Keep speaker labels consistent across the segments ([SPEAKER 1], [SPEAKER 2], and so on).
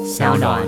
[SPEAKER 1] 小暖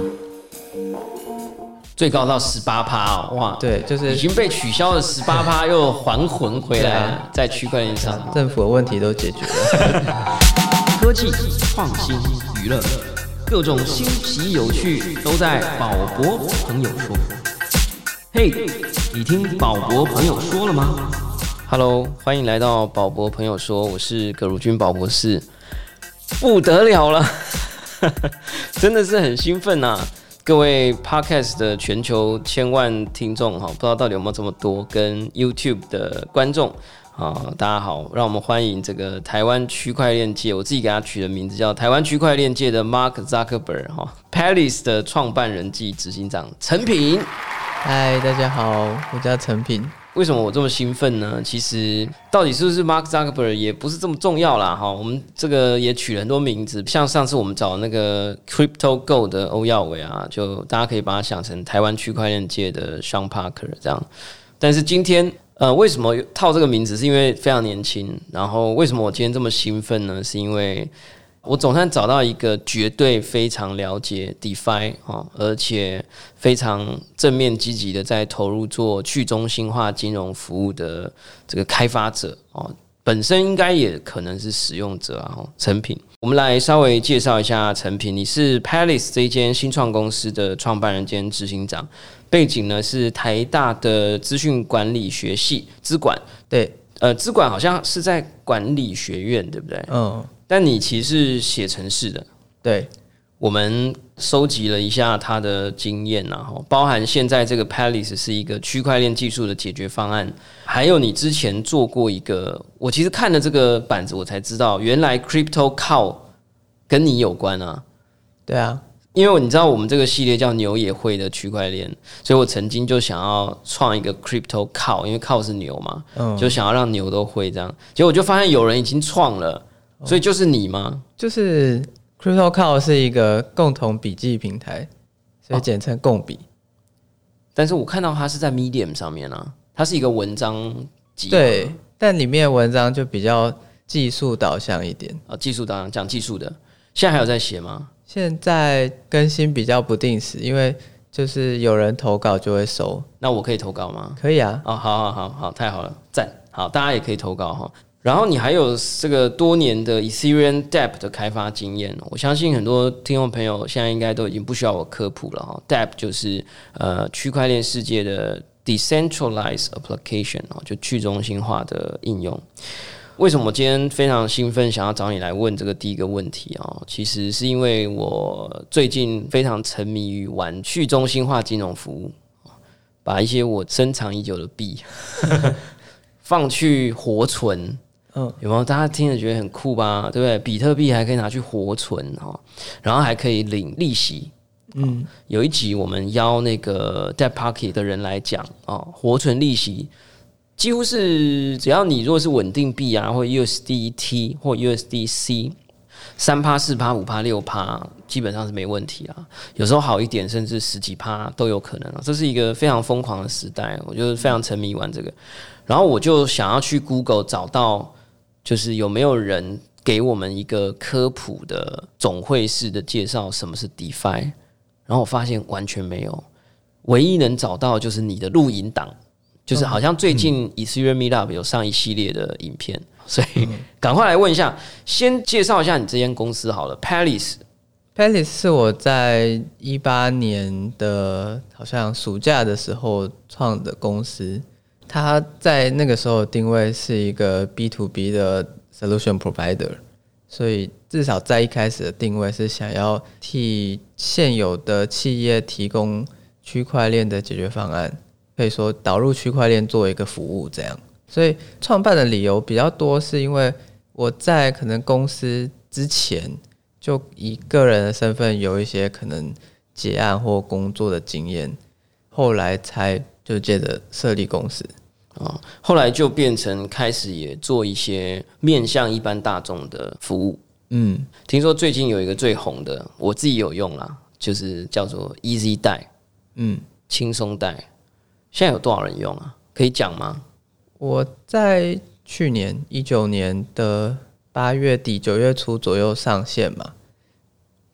[SPEAKER 2] 最高到18%哦，哇，
[SPEAKER 3] 对，就是
[SPEAKER 2] 已经被取消了18%，又还魂回来了，在区块链上，
[SPEAKER 3] 政府的问题都解决了。
[SPEAKER 2] 科技创新娱乐，各种新奇有趣都在宝博朋友说。嘿，你听宝博朋友说了吗 ？Hello， 欢迎来到宝博朋友说，我是葛如君宝博士，不得了了，真的是很兴奋啊！各位 Podcast 的全球1000万听众，不知道到底有没有这么多，跟 YouTube 的观众。大家好，让我们欢迎这个台湾区块链界，我自己给他取的名字叫台湾区块链界的 Mark Zuckerberg Palace 的创办人暨执行长陈品。
[SPEAKER 3] 嗨，大家好，我叫陈品。
[SPEAKER 2] 为什么我这么兴奋呢？其实到底是不是 Mark Zuckerberg 也不是这么重要啦。我们这个也取了很多名字，像上次我们找那个 CryptoGo 的欧耀伟啊，就大家可以把它想成台湾区块链界的 Sean Parker 这样。但是今天为什么套这个名字？是因为非常年轻。然后为什么我今天这么兴奋呢？是因为我总算找到一个绝对非常了解 DeFi 而且非常正面积极的在投入做去中心化金融服务的这个开发者本身应该也可能是使用者陈品。我们来稍微介绍一下陈品，你是 Palace 这一间新创公司的创办人兼执行长，背景呢是台大的资讯管理学系资管，
[SPEAKER 3] 对，
[SPEAKER 2] 资管好像是在管理学院，对不对？但你其实是写程式的，
[SPEAKER 3] 对，
[SPEAKER 2] 我们收集了一下他的经验包含现在这个 Palace 是一个区块链技术的解决方案，还有你之前做过一个，我其实看了这个板子我才知道，原来 Crypto Cow 跟你有关啊。
[SPEAKER 3] 对啊，
[SPEAKER 2] 因为你知道我们这个系列叫牛也会的区块链，所以我曾经就想要创一个 Crypto Cow， 因为 Cow 是牛嘛，就想要让牛都会这样，结果我就发现有人已经创了。所以就是你吗？
[SPEAKER 3] 就是 CryptoCow 是一个共同笔记平台，所以简称共笔。
[SPEAKER 2] 但是我看到它是在 Medium 上面啊，它是一个文章集。
[SPEAKER 3] 对，但里面的文章就比较技术导向一点。
[SPEAKER 2] 技术导向讲技术的，现在还有在写吗？
[SPEAKER 3] 现在更新比较不定时，因为就是有人投稿就会收。
[SPEAKER 2] 那我可以投稿吗？
[SPEAKER 3] 可以啊。
[SPEAKER 2] 好，太好了，赞！好，大家也可以投稿然后你还有这个多年的 Ethereum DApp 的开发经验，我相信很多听众朋友现在应该都已经不需要我科普了DApp 就是区块链世界的 Decentralized Application 就去中心化的应用。为什么我今天非常兴奋想要找你来问这个第一个问题其实是因为我最近非常沉迷于玩去中心化金融服务，把一些我深藏已久的币放去活存。有没有大家听着觉得很酷吧？对不对？比特币还可以拿去活存然后还可以领利息。有一集我们邀那个 Debt Pocket 的人来讲活存利息几乎是只要你如果是稳定币啊，或 USDT 或 USDC 3%、4%、5%、6%，基本上是没问题啦。有时候好一点，甚至10几%都有可能这是一个非常疯狂的时代，我就非常沉迷玩这个。然后我就想要去 Google 找到。就是有没有人给我们一个科普的总会式的介绍什么是 DeFi， 然后我发现完全没有，唯一能找到就是你的录影档，就是好像最近 Ethereum Meetup 有上一系列的影片，所以赶快来问一下，先介绍一下你这间公司好了 Palace
[SPEAKER 3] 是我在18年的好像暑假的时候创的公司。他在那个时候定位是一个 B2B 的 solution provider， 所以至少在一开始的定位是想要替现有的企业提供区块链的解决方案，可以说导入区块链做一个服务这样。所以创办的理由比较多，是因为我在可能公司之前就以个人的身份有一些可能结案或工作的经验，后来才就接着设立公司
[SPEAKER 2] 后来就变成开始也做一些面向一般大众的服务。听说最近有一个最红的，我自己有用啦，就是叫做 Easy 贷，轻松贷。现在有多少人用啊？可以讲吗？
[SPEAKER 3] 我在去年19年的8月底9月初左右上线嘛，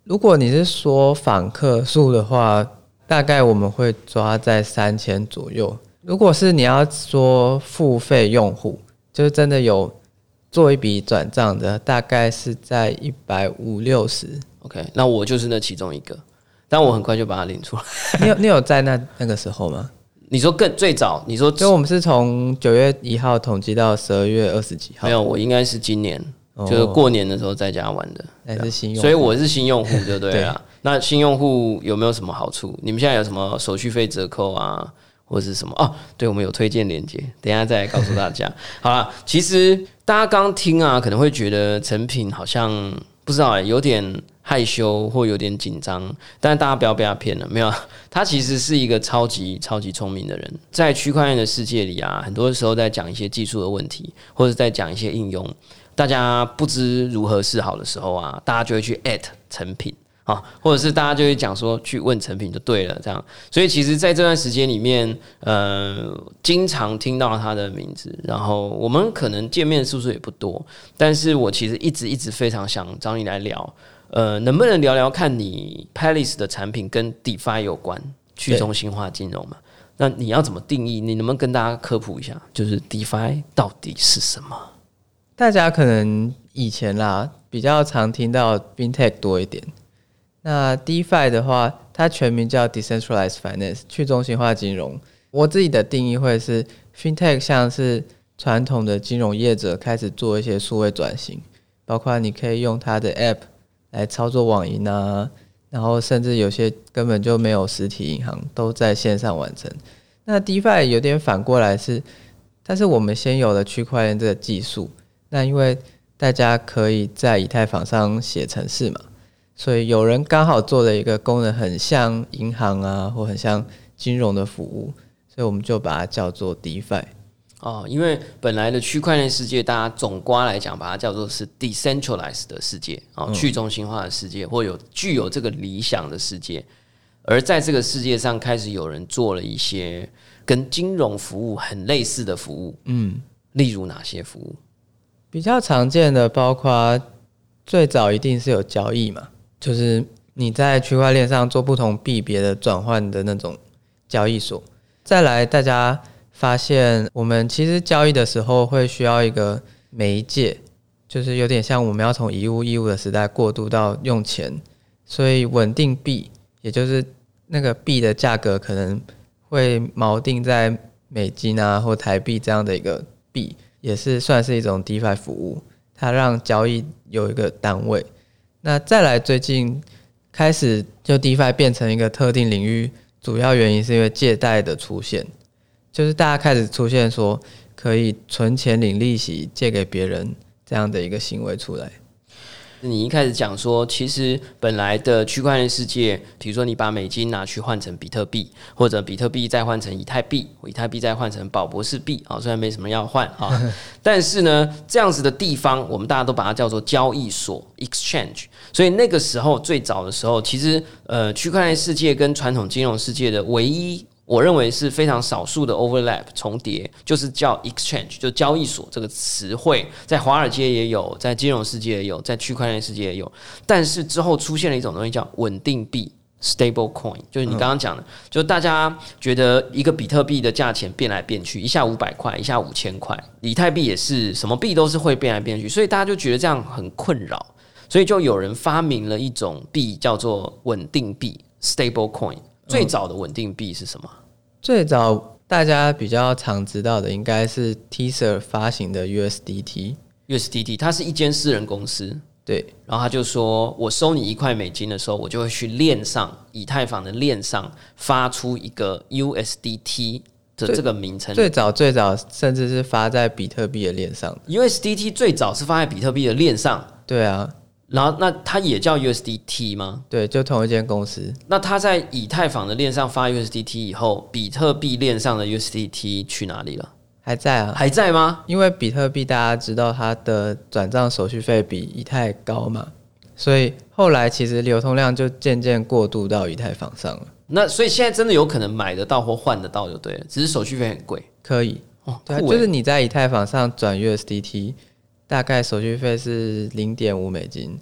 [SPEAKER 3] 如果你是说访客数的话，大概我们会抓在3000左右。如果是你要说付费用户，就是真的有做一笔转账的，大概是在150-160。
[SPEAKER 2] OK， 那我就是那其中一个，但我很快就把它领出来。
[SPEAKER 3] 你有在那个时候吗？
[SPEAKER 2] 你说最早，你说
[SPEAKER 3] 就我们是从9月1号统计到12月20几号。
[SPEAKER 2] 没有，我应该是今年，就是过年的时候在家玩的。
[SPEAKER 3] 还是新用户，
[SPEAKER 2] 所以我是新用户，就对了。那新用户有没有什么好处？你们现在有什么手续费折扣啊，或者是什么？哦，对，我们有推荐连结，等一下再来告诉大家。好啦，其实大家刚听啊，可能会觉得成品好像不知道有点害羞或有点紧张，但是大家不要被他骗了，没有，他其实是一个超级超级聪明的人，在区块链的世界里啊，很多时候在讲一些技术的问题，或者在讲一些应用，大家不知如何是好的时候啊，大家就会去 at 成品。或者是大家就会讲说去问成品就对了，这样。所以其实在这段时间里面，经常听到他的名字，然后我们可能见面的次数也不多，但是我其实一直非常想找你来聊，能不能聊聊看你 Palace 的产品跟 DeFi 有关，去中心化金融嘛？那你要怎么定义？你能不能跟大家科普一下，就是 DeFi 到底是什么？
[SPEAKER 3] 大家可能以前啦比较常听到 FinTech 多一点。那 DeFi 的话，它全名叫 Decentralized Finance， 去中心化金融。我自己的定义会是 FinTech 像是传统的金融业者开始做一些数位转型，包括你可以用它的 App 来操作网银啊，然后甚至有些根本就没有实体银行都在线上完成。那 DeFi 有点反过来是，但是我们先有了区块链这个技术，那因为大家可以在以太坊上写程式嘛，所以有人刚好做了一个功能很像银行啊，或很像金融的服务，所以我们就把它叫做 DeFi。
[SPEAKER 2] 因为本来的区块链世界，大家总括来讲，把它叫做是 decentralized 的世界，去中心化的世界，或具有这个理想的世界。而在这个世界上，开始有人做了一些跟金融服务很类似的服务，例如哪些服务？
[SPEAKER 3] 比较常见的包括最早一定是有交易嘛，就是你在区块链上做不同币别的转换的那种交易所。再来，大家发现我们其实交易的时候会需要一个媒介，就是有点像我们要从以物的时代过渡到用钱，所以稳定币，也就是那个币的价格可能会锚定在美金啊或台币这样的一个币，也是算是一种 DeFi 服务，它让交易有一个单位。那再来，最近开始就 DeFi 变成一个特定领域，主要原因是因为借贷的出现，就是大家开始出现说可以存钱领利息借给别人这样的一个行为出来。
[SPEAKER 2] 你一开始讲说，其实本来的区块链世界，比如说你把美金拿去换成比特币，或者比特币再换成以太币，以太币再换成宝博士币，虽然没什么要换但是呢，这样子的地方，我们大家都把它叫做交易所 （exchange）。所以那个时候最早的时候，其实区块链世界跟传统金融世界的唯一，我认为是非常少数的 overlap 重叠，就是叫 exchange， 就交易所这个词汇，在华尔街也有，在金融世界也有，在区块链世界也有。但是之后出现了一种东西叫稳定币 （stable coin）， 就是你刚刚讲的，就大家觉得一个比特币的价钱变来变去，一下500块，一下5000块，以太币也是，什么币都是会变来变去，所以大家就觉得这样很困扰，所以就有人发明了一种币叫做稳定币 （stable coin）。最早的稳定币是什么？
[SPEAKER 3] 最早大家比较常知道的应该是 Tether 发行的 USDT， 它是一间私人公司， 对，
[SPEAKER 2] 然后他就说我收你1块美金的时候，我就会去链上以太坊的链上发出一个 USDT 的这个名称。
[SPEAKER 3] 最早甚至是发在比特币的链上。
[SPEAKER 2] USDT 最早是发在比特币的链上，
[SPEAKER 3] 对啊。
[SPEAKER 2] 然后那它也叫 USDT 吗？
[SPEAKER 3] 对，就同一间公司。
[SPEAKER 2] 那它在以太坊的链上发 USDT 以后，比特币链上的 USDT 去哪里了？
[SPEAKER 3] 还在啊。
[SPEAKER 2] 还在吗？
[SPEAKER 3] 因为比特币大家知道它的转账手续费比以太高嘛，所以后来其实流通量就渐渐过渡到以太坊上了。
[SPEAKER 2] 那所以现在真的有可能买得到或换得到就对了，只是手续费很贵。
[SPEAKER 3] 可以，对啊，就是你在以太坊上转 USDT， 大概手续费是0.5美金，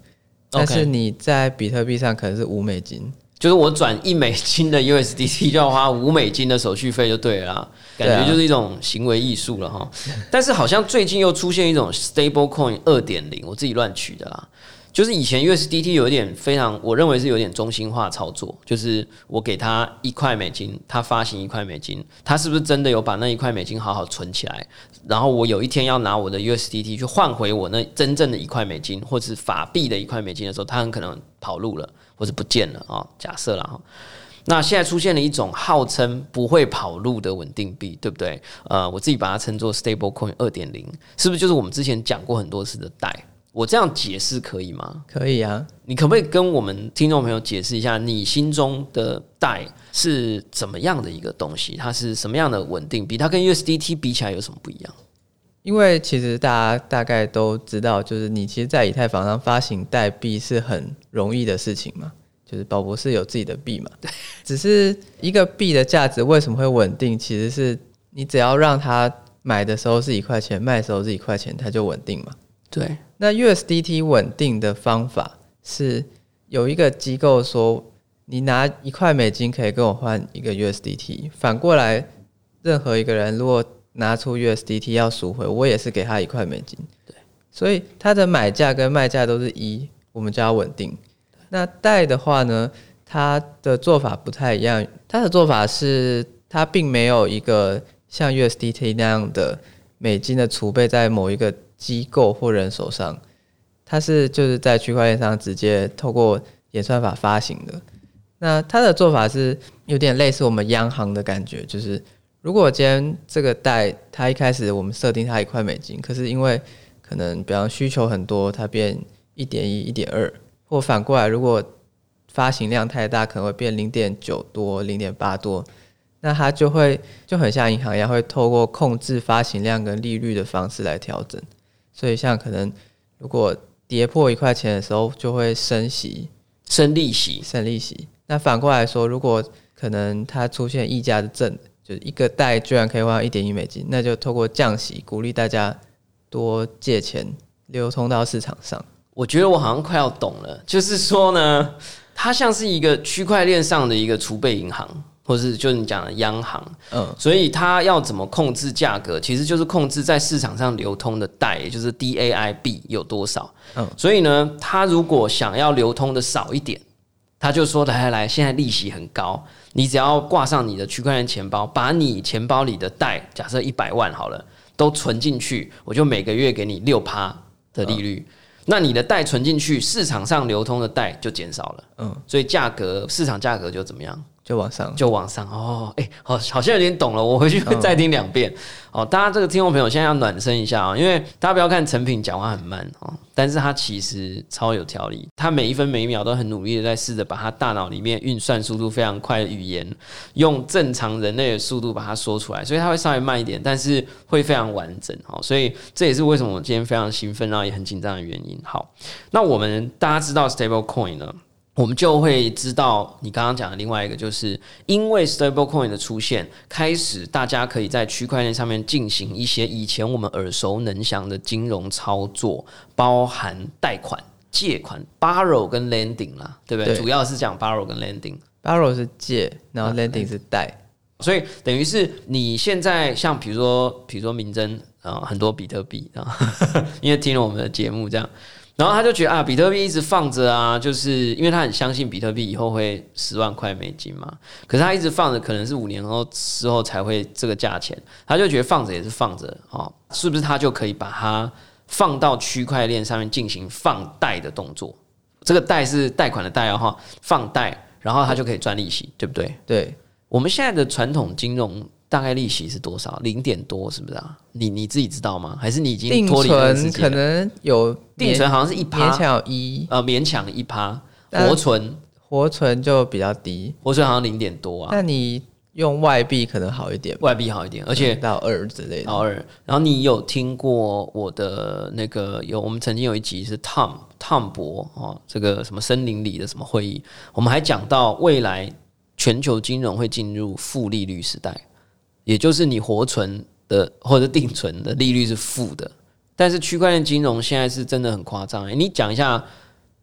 [SPEAKER 3] 但是你在比特币上可能是$5，
[SPEAKER 2] 就是我转$1的 USDT 就要花$5的手续费就对了啦，感觉就是一种行为艺术了哈。但是好像最近又出现一种 Stablecoin 2.0，我自己乱取的啦。就是以前 USDT 有一点非常，我认为是有点中心化操作，就是我给他$1，他发行$1，他是不是真的有把那$1好好存起来？然后我有一天要拿我的 USDT 去换回我那真正的$1，或是法币的$1的时候，他很可能跑路了，或是不见了啊。假设啦哈。那现在出现了一种号称不会跑路的稳定币，对不对？我自己把它称作 Stablecoin 2.0，是不是就是我们之前讲过很多次的DAI？我这样解释可以吗？
[SPEAKER 3] 可以啊。
[SPEAKER 2] 你可不可以跟我们听众朋友解释一下，你心中的DAI是怎么样的一个东西？它是什么样的稳定币？它跟 USDT 比起来有什么不一样？
[SPEAKER 3] 因为其实大家大概都知道，就是你其实在以太坊上发行代币是很容易的事情嘛，就是宝博士有自己的币嘛。只是一个币的价值为什么会稳定，其实是你只要让它买的时候是$1，卖的时候是$1，它就稳定嘛。
[SPEAKER 2] 对。
[SPEAKER 3] 那 USDT 稳定的方法是有一个机构说，你拿$1可以跟我换一个 USDT， 反过来任何一个人如果拿出 USDT 要赎回，我也是给他$1。
[SPEAKER 2] 对，
[SPEAKER 3] 所以它的买价跟卖价都是1，我们叫它稳定。那DAI的话呢，它的做法不太一样，它的做法是它并没有一个像 USDT 那样的美金的储备在某一个机构或人手上，它是就是在区块链上直接透过演算法发行的。那它的做法是有点类似我们央行的感觉，就是如果今天这个DAI它一开始我们设定它$1，可是因为可能比方需求很多，它变1.1、1.2，或反过来如果发行量太大，可能会变0.9多、0.8多，那它就很像银行一样，会透过控制发行量跟利率的方式来调整。所以像可能如果跌破$1的时候，就会升利息。那反过来说，如果可能它出现溢价的正，就是一个DAI居然可以换$1.1，那就透过降息鼓励大家多借钱流通到市场上。
[SPEAKER 2] 我觉得我好像快要懂了，就是说呢，它像是一个区块链上的一个储备银行，或是就是你讲的央行，所以它要怎么控制价格，其实就是控制在市场上流通的DAI，也就是 DAI 币有多少。所以呢，它如果想要流通的少一点，他就说来，现在利息很高，你只要挂上你的区块链钱包，把你钱包里的DAI假设100万好了，都存进去，我就每个月给你6%的利率。那你的DAI存进去，市场上流通的DAI就减少了，所以市场价格就怎么样？就往上哦，好像有点懂了，我回去会再听2遍。大家这个听众朋友现在要暖身一下因为大家不要看成品讲话很慢但是他其实超有条理，他每一分每一秒都很努力的在试着把他大脑里面运算速度非常快的语言，用正常人类的速度把它说出来，所以他会稍微慢一点，但是会非常完整所以这也是为什么我今天非常兴奋，然后也很紧张的原因。好，那我们大家知道 Stablecoin 呢，我们就会知道你刚刚讲的另外一个，就是因为 Stablecoin 的出现，开始大家可以在区块链上面进行一些以前我们耳熟能详的金融操作，包含贷款、借款 borrow 跟 lending 啦，对不对？主要是讲 borrow 跟 lending。borrow
[SPEAKER 3] 是借，然后 lending 是贷。
[SPEAKER 2] 所以等于是你现在像比如说明真很多比特币因为听了我们的节目这样。然后他就觉得比特币一直放着就是因为他很相信比特币以后会$10万美金嘛，可是他一直放着，可能是5年后之后才会这个价钱，他就觉得放着也是放着是不是他就可以把它放到区块链上面进行放贷的动作？这个贷是贷款的贷放贷，然后他就可以赚利息，对不对？
[SPEAKER 3] 对，
[SPEAKER 2] 我们现在的传统金融大概利息是多少？0点多是不是啊？你自己知道吗？还是你已经脱离这个世界了？
[SPEAKER 3] 定存可能有，
[SPEAKER 2] 定存好像是1%，
[SPEAKER 3] 勉强有1%，
[SPEAKER 2] 勉强1%。活存
[SPEAKER 3] 就比较低，
[SPEAKER 2] 活存好像0点多
[SPEAKER 3] 那你用外币可能好一点，
[SPEAKER 2] 而且
[SPEAKER 3] 到2之类的。
[SPEAKER 2] 到2。然后你有听过我的那个我们曾经有一集是 Tom 博这个什么森林里的什么会议，我们还讲到未来全球金融会进入负利率时代。也就是你活存的或者定存的利率是负的，但是区块链金融现在是真的很夸张你讲一下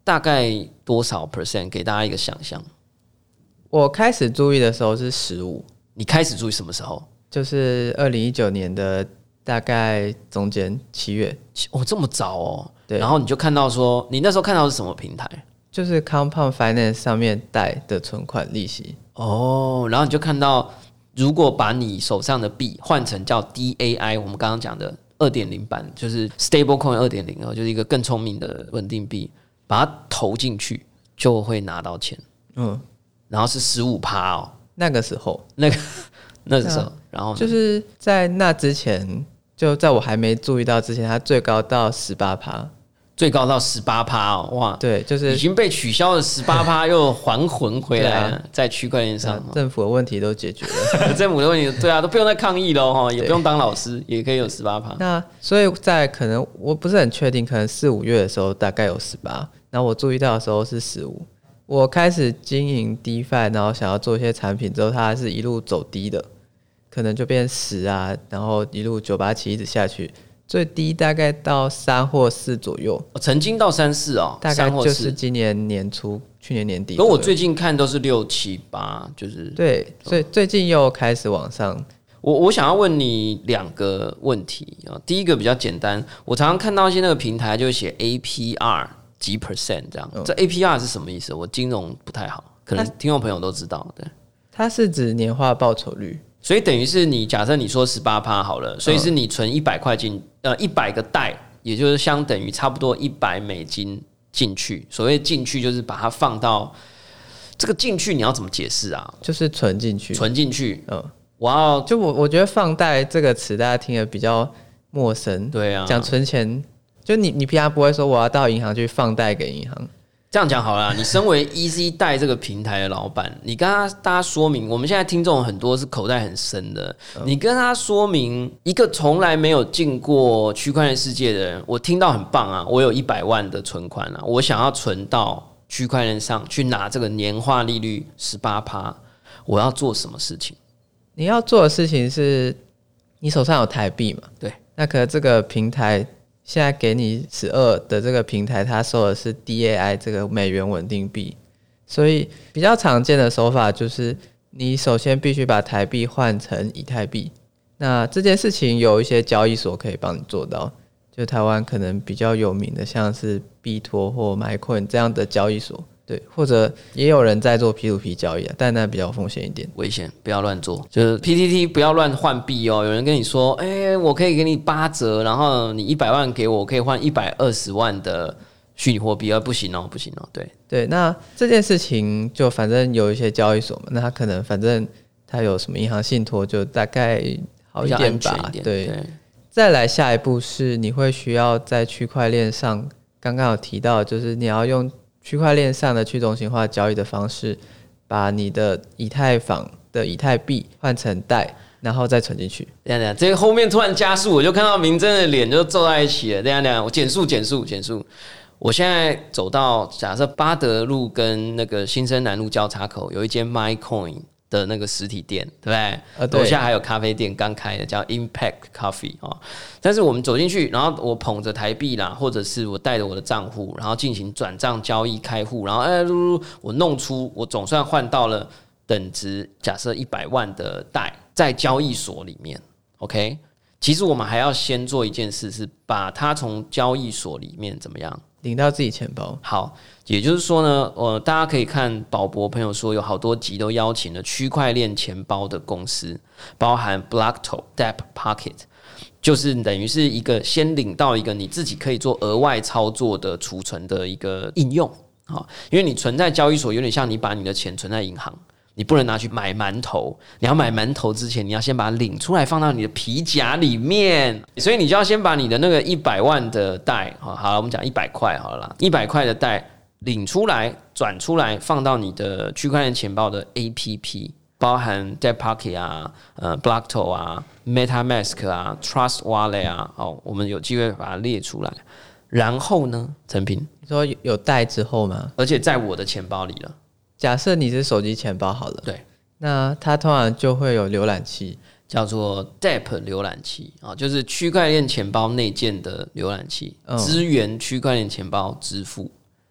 [SPEAKER 2] 大概多少 percent？ 给大家一个想象。
[SPEAKER 3] 我开始注意的时候是15，
[SPEAKER 2] 你开始注意什么时候？
[SPEAKER 3] 就是2019年的大概中间7月。
[SPEAKER 2] 哦，这么早哦。
[SPEAKER 3] 对。
[SPEAKER 2] 然后你就看到说，你那时候看到是什么平台？
[SPEAKER 3] 就是 Compound Finance 上面贷的存款利息。
[SPEAKER 2] 哦，然后你就看到，如果把你手上的币换成叫 DAI， 我们刚刚讲的2.0 版，就是 Stablecoin 2.0，就是一个更聪明的稳定币，把它投进去就会拿到钱。然后是15%哦。
[SPEAKER 3] 那个时候，
[SPEAKER 2] 那时候，然后
[SPEAKER 3] 就是在那之前，就在我还没注意到之前，它最高到18%。
[SPEAKER 2] 最高到18%哦，哇！
[SPEAKER 3] 对，就是
[SPEAKER 2] 已经被取消了18%，又还魂回来了，在区块链上，
[SPEAKER 3] 政府的问题都解决了，
[SPEAKER 2] 政府的问题，对啊，都不用再抗议了哈，也不用当老师，也可以有18%。
[SPEAKER 3] 那所以在可能我不是很确定，可能4、5月的时候大概有18%，然后我注意到的时候是15%。我开始经营 DeFi， 然后想要做一些产品之后，它是一路走低的，可能就变10啊，然后一路9、8、7一直下去。最低大概到3或4左右，
[SPEAKER 2] 曾经到3、4哦，
[SPEAKER 3] 大概就是今年年初、去年年底。
[SPEAKER 2] 可我最近看都是6、7、8，就是
[SPEAKER 3] 对，所以最近又开始往上。
[SPEAKER 2] 我想要问你2个问题啊，第一个比较简单，我常常看到一些那个平台就写 APR 几 percent 这样，这 APR 是什么意思？我金融不太好，可能听众朋友都知道。对，
[SPEAKER 3] 它是指年化报酬率。
[SPEAKER 2] 所以等于是你假设你说18%好了，所以是你存100块100个贷，也就是相等于差不多$100进去。所谓进去就是把它放到这个进去，你要怎么解释啊？
[SPEAKER 3] 就是存进去，
[SPEAKER 2] 存进去。
[SPEAKER 3] 我觉得放贷这个词大家听得比较陌生。
[SPEAKER 2] 对啊，
[SPEAKER 3] 讲存钱，就你平常不会说我要到银行去放贷给银行。
[SPEAKER 2] 这样讲好了，你身为 Easy 贷这个平台的老板，你跟大家说明，我们现在听众很多是口袋很深的，你跟他说明一个从来没有进过区块链世界的人，我听到很棒啊，我有100万的存款啊，我想要存到区块链上去拿这个年化利率18%，我要做什么事情？
[SPEAKER 3] 你要做的事情是，你手上有台币嘛？
[SPEAKER 2] 对，
[SPEAKER 3] 那可能这个平台现在给你12的这个平台，它收的是 DAI 这个美元稳定币，所以比较常见的手法就是你首先必须把台币换成以太币。那这件事情有一些交易所可以帮你做到，就台湾可能比较有名的，像是币托或 MyCoin 这样的交易所。对，或者也有人在做 P2P 交易啊，但那比较风险一点，
[SPEAKER 2] 危险，不要乱做。就是 PTT 不要乱换币哦。有人跟你说，我可以给你8折，然后你100万给我，可以换120万的虚拟货币，不行哦，不行哦。
[SPEAKER 3] 对，那这件事情就反正有一些交易所嘛，那他可能反正他有什么银行信托，就大概好一点吧。对，再来下一步是你会需要在区块链上，刚刚有提到，就是你要用区块链上的去中心化交易的方式，把你的以太坊的以太币换成贷，然后再存进去。
[SPEAKER 2] 等一下，这个后面突然加速，我就看到明真的脸就皱在一起了。等一下，我减速。我现在走到假设巴德路跟那个新生南路交叉口有一间 MyCoin 的那个实体店，对不对？楼下还有咖啡店刚开的，叫 Impact Coffee 但是我们走进去，然后我捧着台币啦，或者是我带着我的账户，然后进行转账交易开户，然后我弄出我总算换到了等值假设100万的贷在交易所里面 ，OK？ 其实我们还要先做一件事，是把它从交易所里面怎么样
[SPEAKER 3] 领到自己钱包。
[SPEAKER 2] 好，也就是说呢，大家可以看宝博朋友说，有好多集都邀请了区块链钱包的公司，包含 Blockto、Dep、Pocket， 就是等于是一个先领到一个你自己可以做额外操作的储存的一个应用。因为你存在交易所，有点像你把你的钱存在银行。你不能拿去买馒头，你要买馒头之前，你要先把它领出来放到你的皮夹里面，所以你就要先把你的那个100万的贷，好了，我们讲100块好了啦，100块的贷领出来、转出来，放到你的区块链钱包的 APP， 包含 Dep、Pocket 啊、Blockto 啊、MetaMask 啊、Trust Wallet 啊，我们有机会把它列出来。然后呢，陈平，
[SPEAKER 3] 你说有贷之后吗？
[SPEAKER 2] 而且在我的钱包里了。
[SPEAKER 3] 假设你是手机钱包好了，
[SPEAKER 2] 对，
[SPEAKER 3] 那它通常就会有浏览器，
[SPEAKER 2] 叫做 Dep 浏览器就是区块链钱包内建的浏览器，支援区块链钱包支付。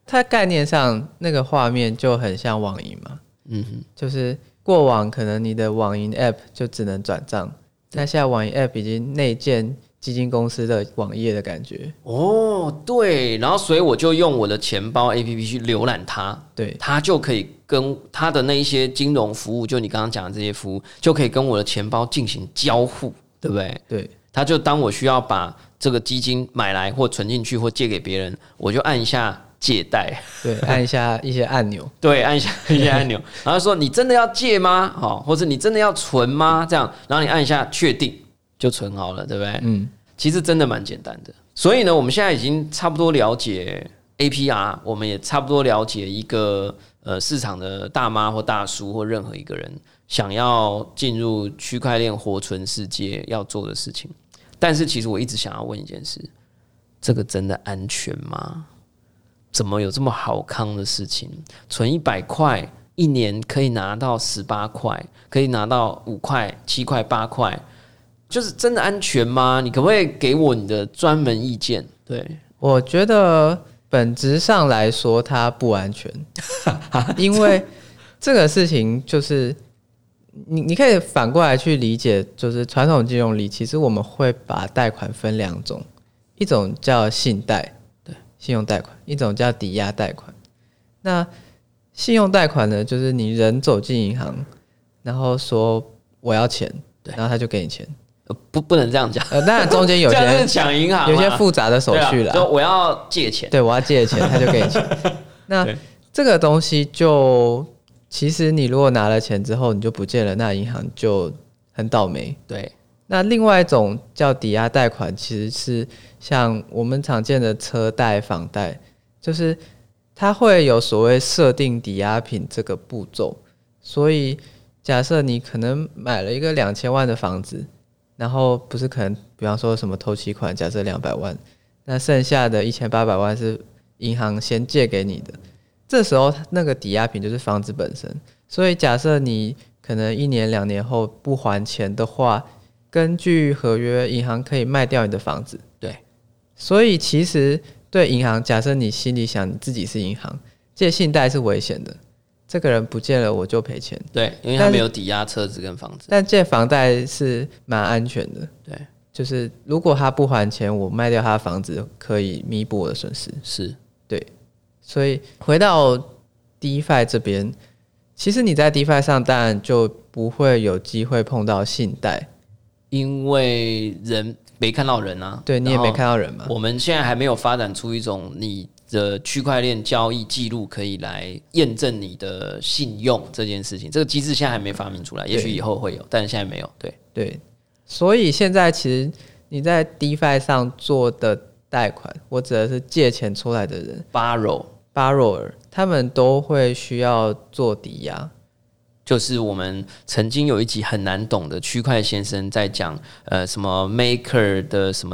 [SPEAKER 3] 它概念上那个画面就很像网银嘛，就是过往可能你的网银 App 就只能转账，那现在网银 App 已经内建基金公司的网页的感觉。
[SPEAKER 2] 哦，对，然后所以我就用我的钱包 APP 去浏览它，
[SPEAKER 3] 对，
[SPEAKER 2] 它就可以跟它的那一些金融服务，就你刚刚讲的这些服务，就可以跟我的钱包进行交互，对不对？
[SPEAKER 3] 对，
[SPEAKER 2] 它就当我需要把这个基金买来或存进去或借给别人，我就按一下借贷，
[SPEAKER 3] 对，按一下一些按钮，
[SPEAKER 2] 对，按一下一些按钮，然后说你真的要借吗？好，或者你真的要存吗？这样，然后你按一下确定，就存好了，对不对？其实真的蛮简单的。所以呢，我们现在已经差不多了解 APR， 我们也差不多了解一个市场的大妈或大叔或任何一个人想要进入区块链活存世界要做的事情。但是其实我一直想要问一件事：这个真的安全吗？怎么有这么好康的事情？存100块，一年可以拿到18块，可以拿到5块、7块、8块，就是真的安全吗？你可不可以给我你的专门意见？对，
[SPEAKER 3] 我觉得本质上来说它不安全，因为这个事情就是你可以反过来去理解，就是传统金融里其实我们会把贷款分2种，一种叫信贷。信用贷款，一种叫抵押贷款。那信用贷款呢，就是你人走进银行，然后说我要钱，然后他就给你钱。
[SPEAKER 2] 不能这样讲。
[SPEAKER 3] 当然中间有些
[SPEAKER 2] 这样是抢银行，
[SPEAKER 3] 有些复杂的手续啦。
[SPEAKER 2] 说我要借钱，
[SPEAKER 3] 对，我要借钱，他就给你钱。那这个东西就其实你如果拿了钱之后你就不见了，那银行就很倒霉。
[SPEAKER 2] 对。
[SPEAKER 3] 那另外一种叫抵押贷款，其实是像我们常见的车贷、房贷，就是它会有所谓设定抵押品这个步骤。所以假设你可能买了一个2000万的房子，然后不是可能比方说什么头期款，假设200万，那剩下的1800万是银行先借给你的，这时候那个抵押品就是房子本身。所以假设你可能1年2年后不还钱的话，根据合约，银行可以卖掉你的房子。
[SPEAKER 2] 对，
[SPEAKER 3] 所以其实对银行，假设你心里想你自己是银行，借信贷是危险的，这个人不见了我就赔钱。
[SPEAKER 2] 对，因为他没有抵押车子跟房子。
[SPEAKER 3] 但借房贷是蛮安全的。
[SPEAKER 2] 对，
[SPEAKER 3] 就是如果他不还钱，我卖掉他的房子可以弥补我的损失。
[SPEAKER 2] 是，
[SPEAKER 3] 对。所以回到 DeFi 这边，其实你在 DeFi 上当然就不会有机会碰到信贷。
[SPEAKER 2] 因为人没看到人啊，
[SPEAKER 3] 对，你也没看到人嘛。
[SPEAKER 2] 我们现在还没有发展出一种你的区块链交易记录可以来验证你的信用这件事情，这个机制现在还没发明出来，也许以后会有，但是现在没有。
[SPEAKER 3] 对，所以现在其实你在 DeFi 上做的贷款，我指的是借钱出来的人 borrower， 他们都会需要做抵押。
[SPEAKER 2] 就是我们曾经有一集很难懂的区块先生在讲什么 Maker 的什么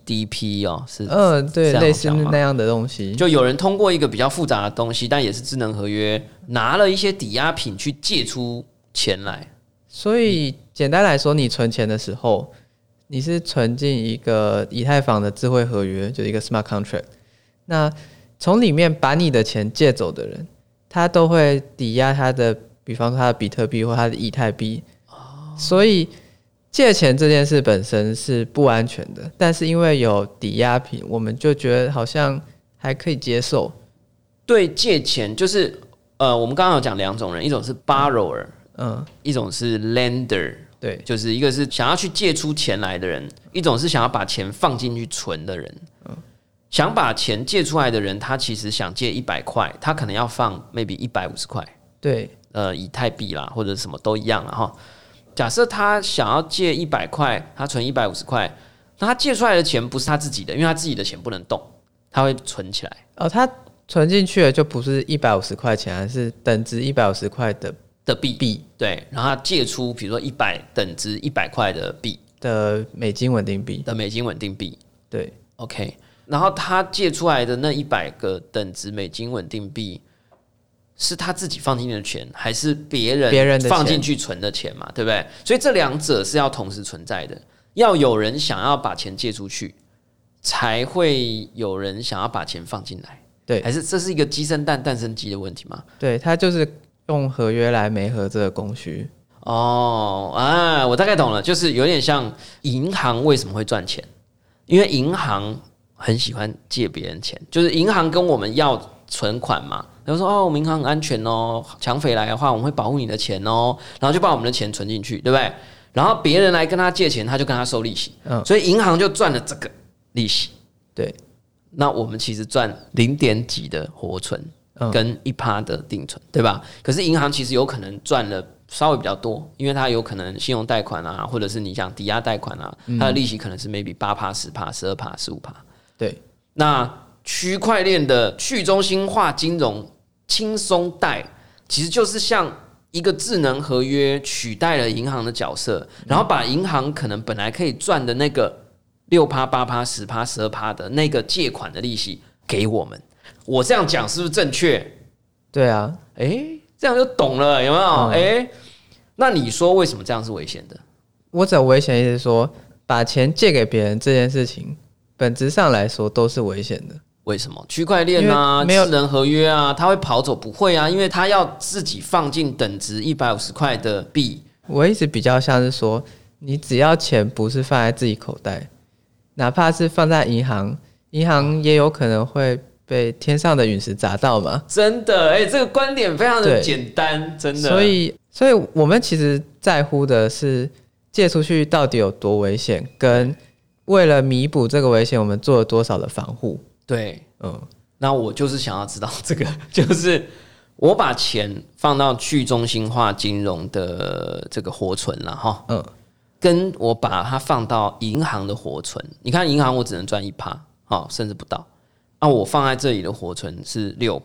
[SPEAKER 2] CDP 哦，是
[SPEAKER 3] 对，类似那样的东西。
[SPEAKER 2] 就有人通过一个比较复杂的东西，但也是智能合约，拿了一些抵押品去借出钱来。
[SPEAKER 3] 所以简单来说，你存钱的时候，你是存进一个以太坊的智慧合约，就是一个 smart contract。那从里面把你的钱借走的人，他都会抵押他的。比方说他的比特币或他的以太币，所以借钱这件事本身是不安全的，但是因为有抵押品，我们就觉得好像还可以接受。
[SPEAKER 2] 对，借钱就是我们刚刚有讲2种人，一种是 borrower，一种是 lender，
[SPEAKER 3] 对，
[SPEAKER 2] 就是一个是想要去借出钱来的人，一种是想要把钱放进去存的人。想把钱借出来的人，他其实想借100块，他可能要放 maybe 150块。
[SPEAKER 3] 对。
[SPEAKER 2] 以太币啦，或者什么都一样啦哈。假设他想要借100块，他存150块，那他借出来的钱不是他自己的，因为他自己的钱不能动，他会存起来。
[SPEAKER 3] 他存进去的就不是150块钱，而是等值150块的币。
[SPEAKER 2] 对，然后他借出，比如说等值100块的币
[SPEAKER 3] 的美金稳定币
[SPEAKER 2] 对 ，OK。然后他借出来的那100个等值美金稳定币。是他自己放进去的钱，还是别人放进去存的钱嘛？对不对？所以这2者是要同时存在的。要有人想要把钱借出去，才会有人想要把钱放进来。
[SPEAKER 3] 对，
[SPEAKER 2] 还是这是一个鸡生蛋蛋生鸡的问题吗？
[SPEAKER 3] 对，它就是用合约来媒合这个供需。
[SPEAKER 2] 我大概懂了，就是有点像银行为什么会赚钱，因为银行很喜欢借别人钱，就是银行跟我们要存款嘛，然后说我们银行很安全哦，抢匪来的话我们会保护你的钱哦，然后就把我们的钱存进去，对不对？然后别人来跟他借钱，他就跟他收利息，所以银行就赚了这个利息。
[SPEAKER 3] 对，
[SPEAKER 2] 那我们其实赚0点几的活存跟1%的定存，对吧？可是银行其实有可能赚了稍微比较多，因为它有可能信用贷款啊，或者是你讲抵押贷款啊，它的利息可能是 maybe 8%、10%、12%、15%。
[SPEAKER 3] 对，
[SPEAKER 2] 那区块链的去中心化金融轻松贷，其实就是像一个智能合约取代了银行的角色，然后把银行可能本来可以赚的那个6%、8%、10%、12%的那个借款的利息给我们。我这样讲是不是正确？
[SPEAKER 3] 对啊，
[SPEAKER 2] 这样就懂了，有没有？那你说为什么这样是危险的？
[SPEAKER 3] 我只有危险意思是说，把钱借给别人这件事情，本质上来说都是危险的。
[SPEAKER 2] 为什么？区块链啊，智能合约啊，它会跑走？不会啊，因为它要自己放进等值150块的币。
[SPEAKER 3] 我一直比较像是说，你只要钱不是放在自己口袋，哪怕是放在银行，银行也有可能会被天上的陨石砸到嘛。
[SPEAKER 2] 真的，这个观点非常的简单，真的。
[SPEAKER 3] 所以我们其实在乎的是借出去到底有多危险，跟为了弥补这个危险，我们做了多少的防护。
[SPEAKER 2] 对，那我就是想要知道这个，就是我把钱放到去中心化金融的这个活存了哈，跟我把它放到银行的活存，你看银行我只能赚1%，甚至不到，我放在这里的活存是6%，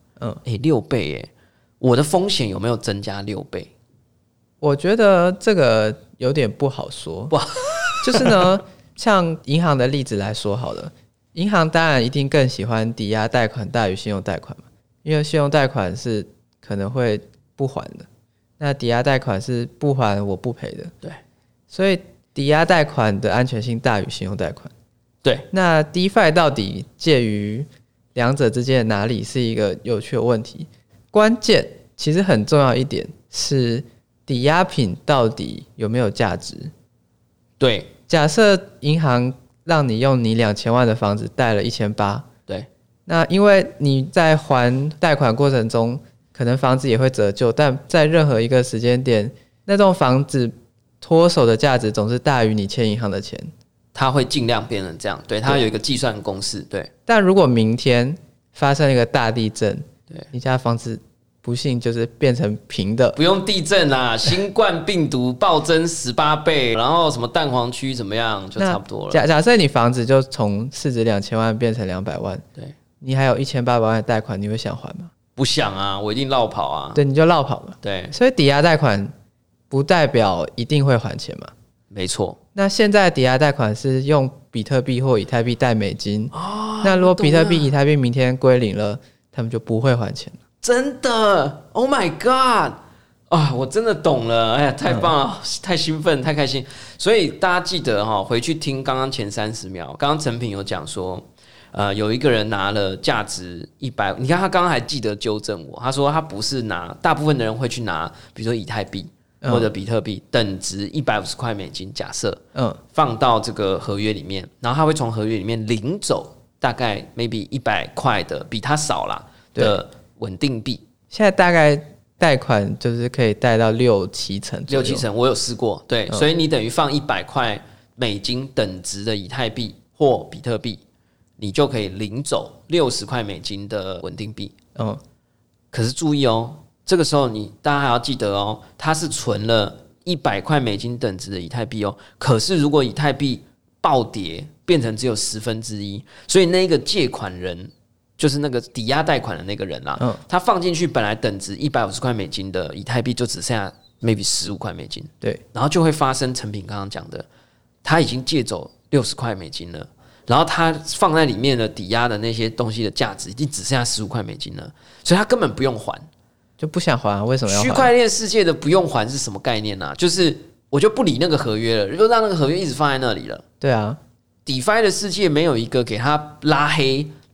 [SPEAKER 2] 6倍耶，我的风险有没有增加6倍？
[SPEAKER 3] 我觉得这个有点不好说，就是呢，像银行的例子来说好了。银行当然一定更喜欢抵押贷款大于信用贷款嘛，因为信用贷款是可能会不还的，那抵押贷款是不还我不赔的。
[SPEAKER 2] 对，
[SPEAKER 3] 所以抵押贷款的安全性大于信用贷款。
[SPEAKER 2] 对，
[SPEAKER 3] 那 DeFi 到底介于两者之间的哪里是一个有趣的问题？关键其实很重要一点是抵押品到底有没有价值？
[SPEAKER 2] 对，
[SPEAKER 3] 假设银行让你用你2000万的房子贷了1800，
[SPEAKER 2] 对，
[SPEAKER 3] 那因为你在还贷款过程中，可能房子也会折旧，但在任何一个时间点，那栋房子脱手的价值总是大于你欠银行的钱，
[SPEAKER 2] 它会尽量变成这样，对，它有一个计算公式，对。
[SPEAKER 3] 但如果明天发生一个大地震，
[SPEAKER 2] 对，
[SPEAKER 3] 你家房子不幸就是变成平的，
[SPEAKER 2] 不用地震啦，新冠病毒暴增18倍，然后什么蛋黄区怎么样，就差不多了。
[SPEAKER 3] 假设你房子就从市值2000万变成200万，
[SPEAKER 2] 对，
[SPEAKER 3] 你还有1800万的贷款，你会想还吗？
[SPEAKER 2] 不想啊，我一定绕跑啊。
[SPEAKER 3] 对，你就绕跑嘛。
[SPEAKER 2] 对，
[SPEAKER 3] 所以抵押贷款不代表一定会还钱嘛。
[SPEAKER 2] 没错。
[SPEAKER 3] 那现在抵押贷款是用比特币或以太币贷美金，那如果比特币、以太币明天归零了，他们就不会还钱了。
[SPEAKER 2] 真的 ，Oh my God！ 我真的懂了，哎呀，太棒了，太兴奋，太开心。所以大家记得回去听刚刚前30秒，刚刚陈品有讲说，有一个人拿了价值100，你看他刚刚还记得纠正我，他说他不是拿，大部分的人会去拿，比如说以太币或者比特币等值150块美金，假设，放到这个合约里面，然后他会从合约里面领走大概 maybe 100块的，比他少啦的稳定币。
[SPEAKER 3] 现在大概贷款就是可以贷到6-7成左右
[SPEAKER 2] ，6-7成，我有试过，对，所以你等于放100块美金等值的以太币或比特币，你就可以领走60块美金的稳定币。可是注意哦，这个时候大家还要记得哦，它是存了100块美金等值的以太币哦。可是如果以太币暴跌变成只有1/10，所以那个借款人就是那个抵押贷款的那个人啦，他放进去本来等值150块美金的以太币就只剩下 maybe 15块美金，
[SPEAKER 3] 对，
[SPEAKER 2] 然后就会发生成品刚刚讲的，他已经借走60块美金了，然后他放在里面的抵押的那些东西的价值已经只剩下15块美金了，所以他根本不用还，
[SPEAKER 3] 就不想还，为什么要还？
[SPEAKER 2] 区块链世界的不用还是什么概念啊？就是我就不理那个合约了，就让那个合约一直放在那里了。
[SPEAKER 3] 对啊，
[SPEAKER 2] DeFi 的世界没有一个给他拉黑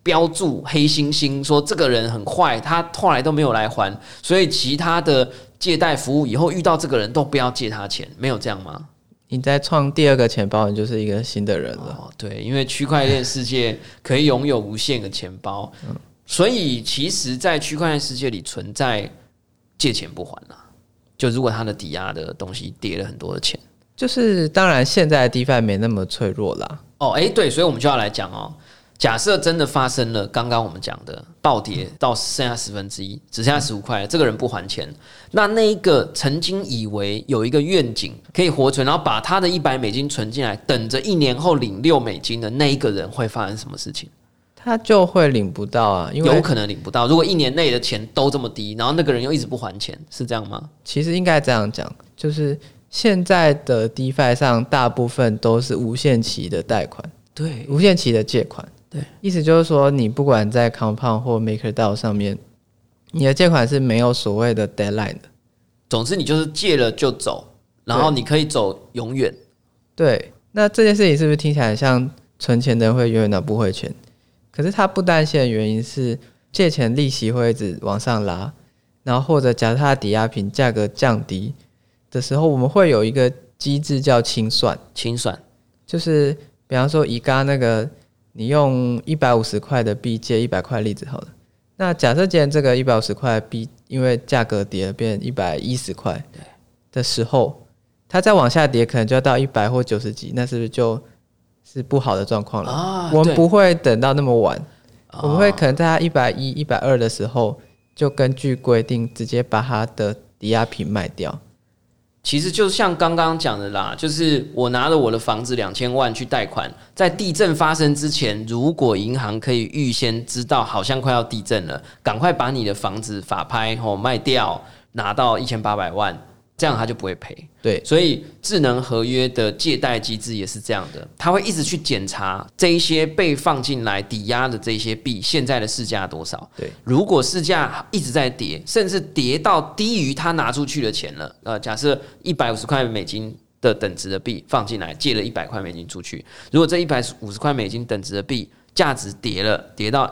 [SPEAKER 2] 标注黑猩猩，说这个人很坏，他后来都没有来还，所以其他的借贷服务以后遇到这个人都不要借他钱，没有这样吗？
[SPEAKER 3] 你在创第二个钱包，你就是一个新的人了。
[SPEAKER 2] 对，因为区块链世界可以拥有无限个钱包，所以其实，在区块链世界里存在借钱不还啦。就如果他的抵押的东西跌了很多的钱，
[SPEAKER 3] 就是当然现在的 DeFi 没那么脆弱啦。
[SPEAKER 2] 对，所以我们就要来讲假设真的发生了刚刚我们讲的暴跌到剩下1/10，只剩下15块，这个人不还钱，那一个曾经以为有一个愿景可以活存，然后把他的$100存进来，等着1年后领$6的那一个人会发生什么事情？
[SPEAKER 3] 他就会领不到啊，因为
[SPEAKER 2] 有可能领不到。如果1年内的钱都这么低，然后那个人又一直不还钱，是这样吗？
[SPEAKER 3] 其实应该这样讲，就是现在的 DeFi 上大部分都是无限期的贷款，
[SPEAKER 2] 对，
[SPEAKER 3] 无限期的借款。
[SPEAKER 2] 对，
[SPEAKER 3] 意思就是说，你不管在 Compound 或 MakerDAO 上面，你的借款是没有所谓的 deadline 的。
[SPEAKER 2] 总之，你就是借了就走，然后你可以走永远。
[SPEAKER 3] 对，那这件事情是不是听起来像存钱的人会永远拿不回钱？可是它不担心的原因是，借钱利息会一直往上拉，然后或者假设它的抵押品价格降低的时候，我们会有一个机制叫清算。
[SPEAKER 2] 清算
[SPEAKER 3] 就是比方说以刚刚那个你用150块的币借100块例子好了，那假设今天这个150块的币因为价格跌了变110块的时候，它再往下跌可能就要到100或90几，那是不是就是不好的状况了？我们不会等到那么晚，我们会可能在它110、120的时候，就根据规定直接把它的抵押品卖掉。
[SPEAKER 2] 其实就像刚刚讲的啦，就是我拿了我的房子2000万去贷款，在地震发生之前，如果银行可以预先知道好像快要地震了，赶快把你的房子法拍卖掉，拿到1800万，这样他就不会赔。
[SPEAKER 3] 对，
[SPEAKER 2] 所以智能合约的借贷机制也是这样的，他会一直去检查这一些被放进来抵押的这一些币现在的市价多少。
[SPEAKER 3] 对，
[SPEAKER 2] 如果市价一直在跌，甚至跌到低于他拿出去的钱了，假设$150块的等值的币放进来，借了$100块出去，如果这$150块等值的币价值跌到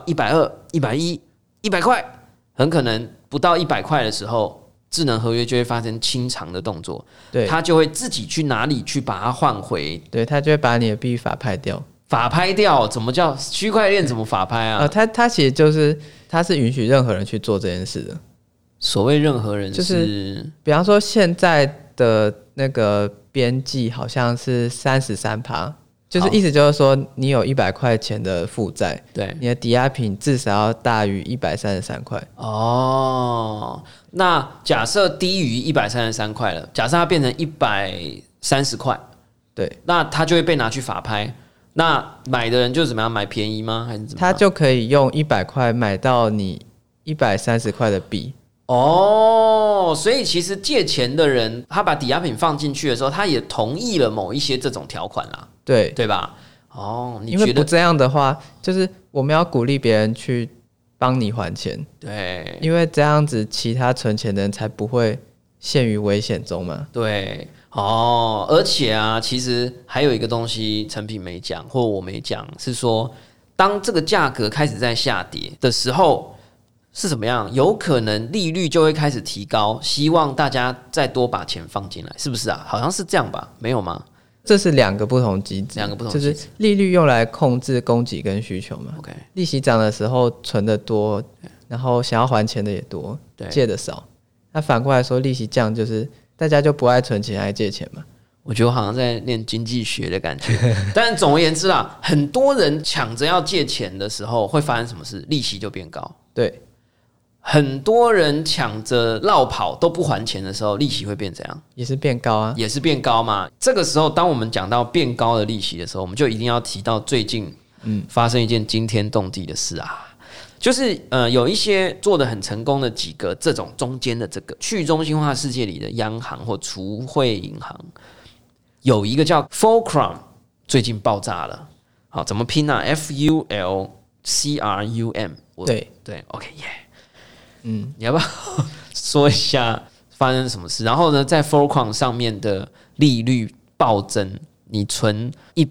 [SPEAKER 2] 120、110、100块，很可能不到100块的时候，智能合约就会发生清偿的动作，
[SPEAKER 3] 对，
[SPEAKER 2] 他就会自己去哪里去把它换回，
[SPEAKER 3] 对，他就会把你的币法拍掉。
[SPEAKER 2] 法拍掉？怎么叫区块链？怎么法拍啊？
[SPEAKER 3] 他其实就是他是允许任何人去做这件事的。
[SPEAKER 2] 所谓任何人
[SPEAKER 3] 就是比方说现在的那个边际好像是33%，就是意思就是说你有100块钱的负债，
[SPEAKER 2] 对，
[SPEAKER 3] 你的抵押品至少要大于133块。
[SPEAKER 2] 那假设低于133块了，假设它变成130块，对，那它就会被拿去法拍。那买的人就怎么样？买便宜吗？还是怎么样？
[SPEAKER 3] 他就可以用100块买到你130块的币。
[SPEAKER 2] 所以其实借钱的人，他把抵押品放进去的时候，他也同意了某一些这种条款啦，对吧？你觉得
[SPEAKER 3] 因为不这样的话，就是我们要鼓励别人去帮你还钱，
[SPEAKER 2] 对，
[SPEAKER 3] 因为这样子其他存钱的人才不会陷于危险中嘛。
[SPEAKER 2] 对，而且啊，其实还有一个东西陈品没讲，或我没讲，是说当这个价格开始在下跌的时候。是怎么样？有可能利率就会开始提高，希望大家再多把钱放进来，是不是啊？好像是这样吧？没有吗？
[SPEAKER 3] 这是两个不同机制，就是利率用来控制供给跟需求嘛。
[SPEAKER 2] Okay.
[SPEAKER 3] 利息涨的时候存的多，然后想要还钱的也多，借的少。那反过来说，利息降就是大家就不爱存钱，爱借钱嘛。
[SPEAKER 2] 我觉得我好像在念经济学的感觉。但总而言之啦，很多人抢着要借钱的时候，会发生什么事？利息就变高。
[SPEAKER 3] 对。
[SPEAKER 2] 很多人抢着落跑都不还钱的时候，利息会变怎样？
[SPEAKER 3] 也是变高啊，
[SPEAKER 2] 也是变高嘛。这个时候，当我们讲到变高的利息的时候，我们就一定要提到最近发生一件惊天动地的事啊，就是有一些做得很成功的几个这种中间的这个去中心化世界里的央行或储汇银行，有一个叫 Fulcrum， 最近爆炸了。好，怎么拼啊 ？FULCRUM。对，OK， 耶。你要不要说一下发生什么事？然后呢，在 Fulcrum 上面的利率暴增， 你存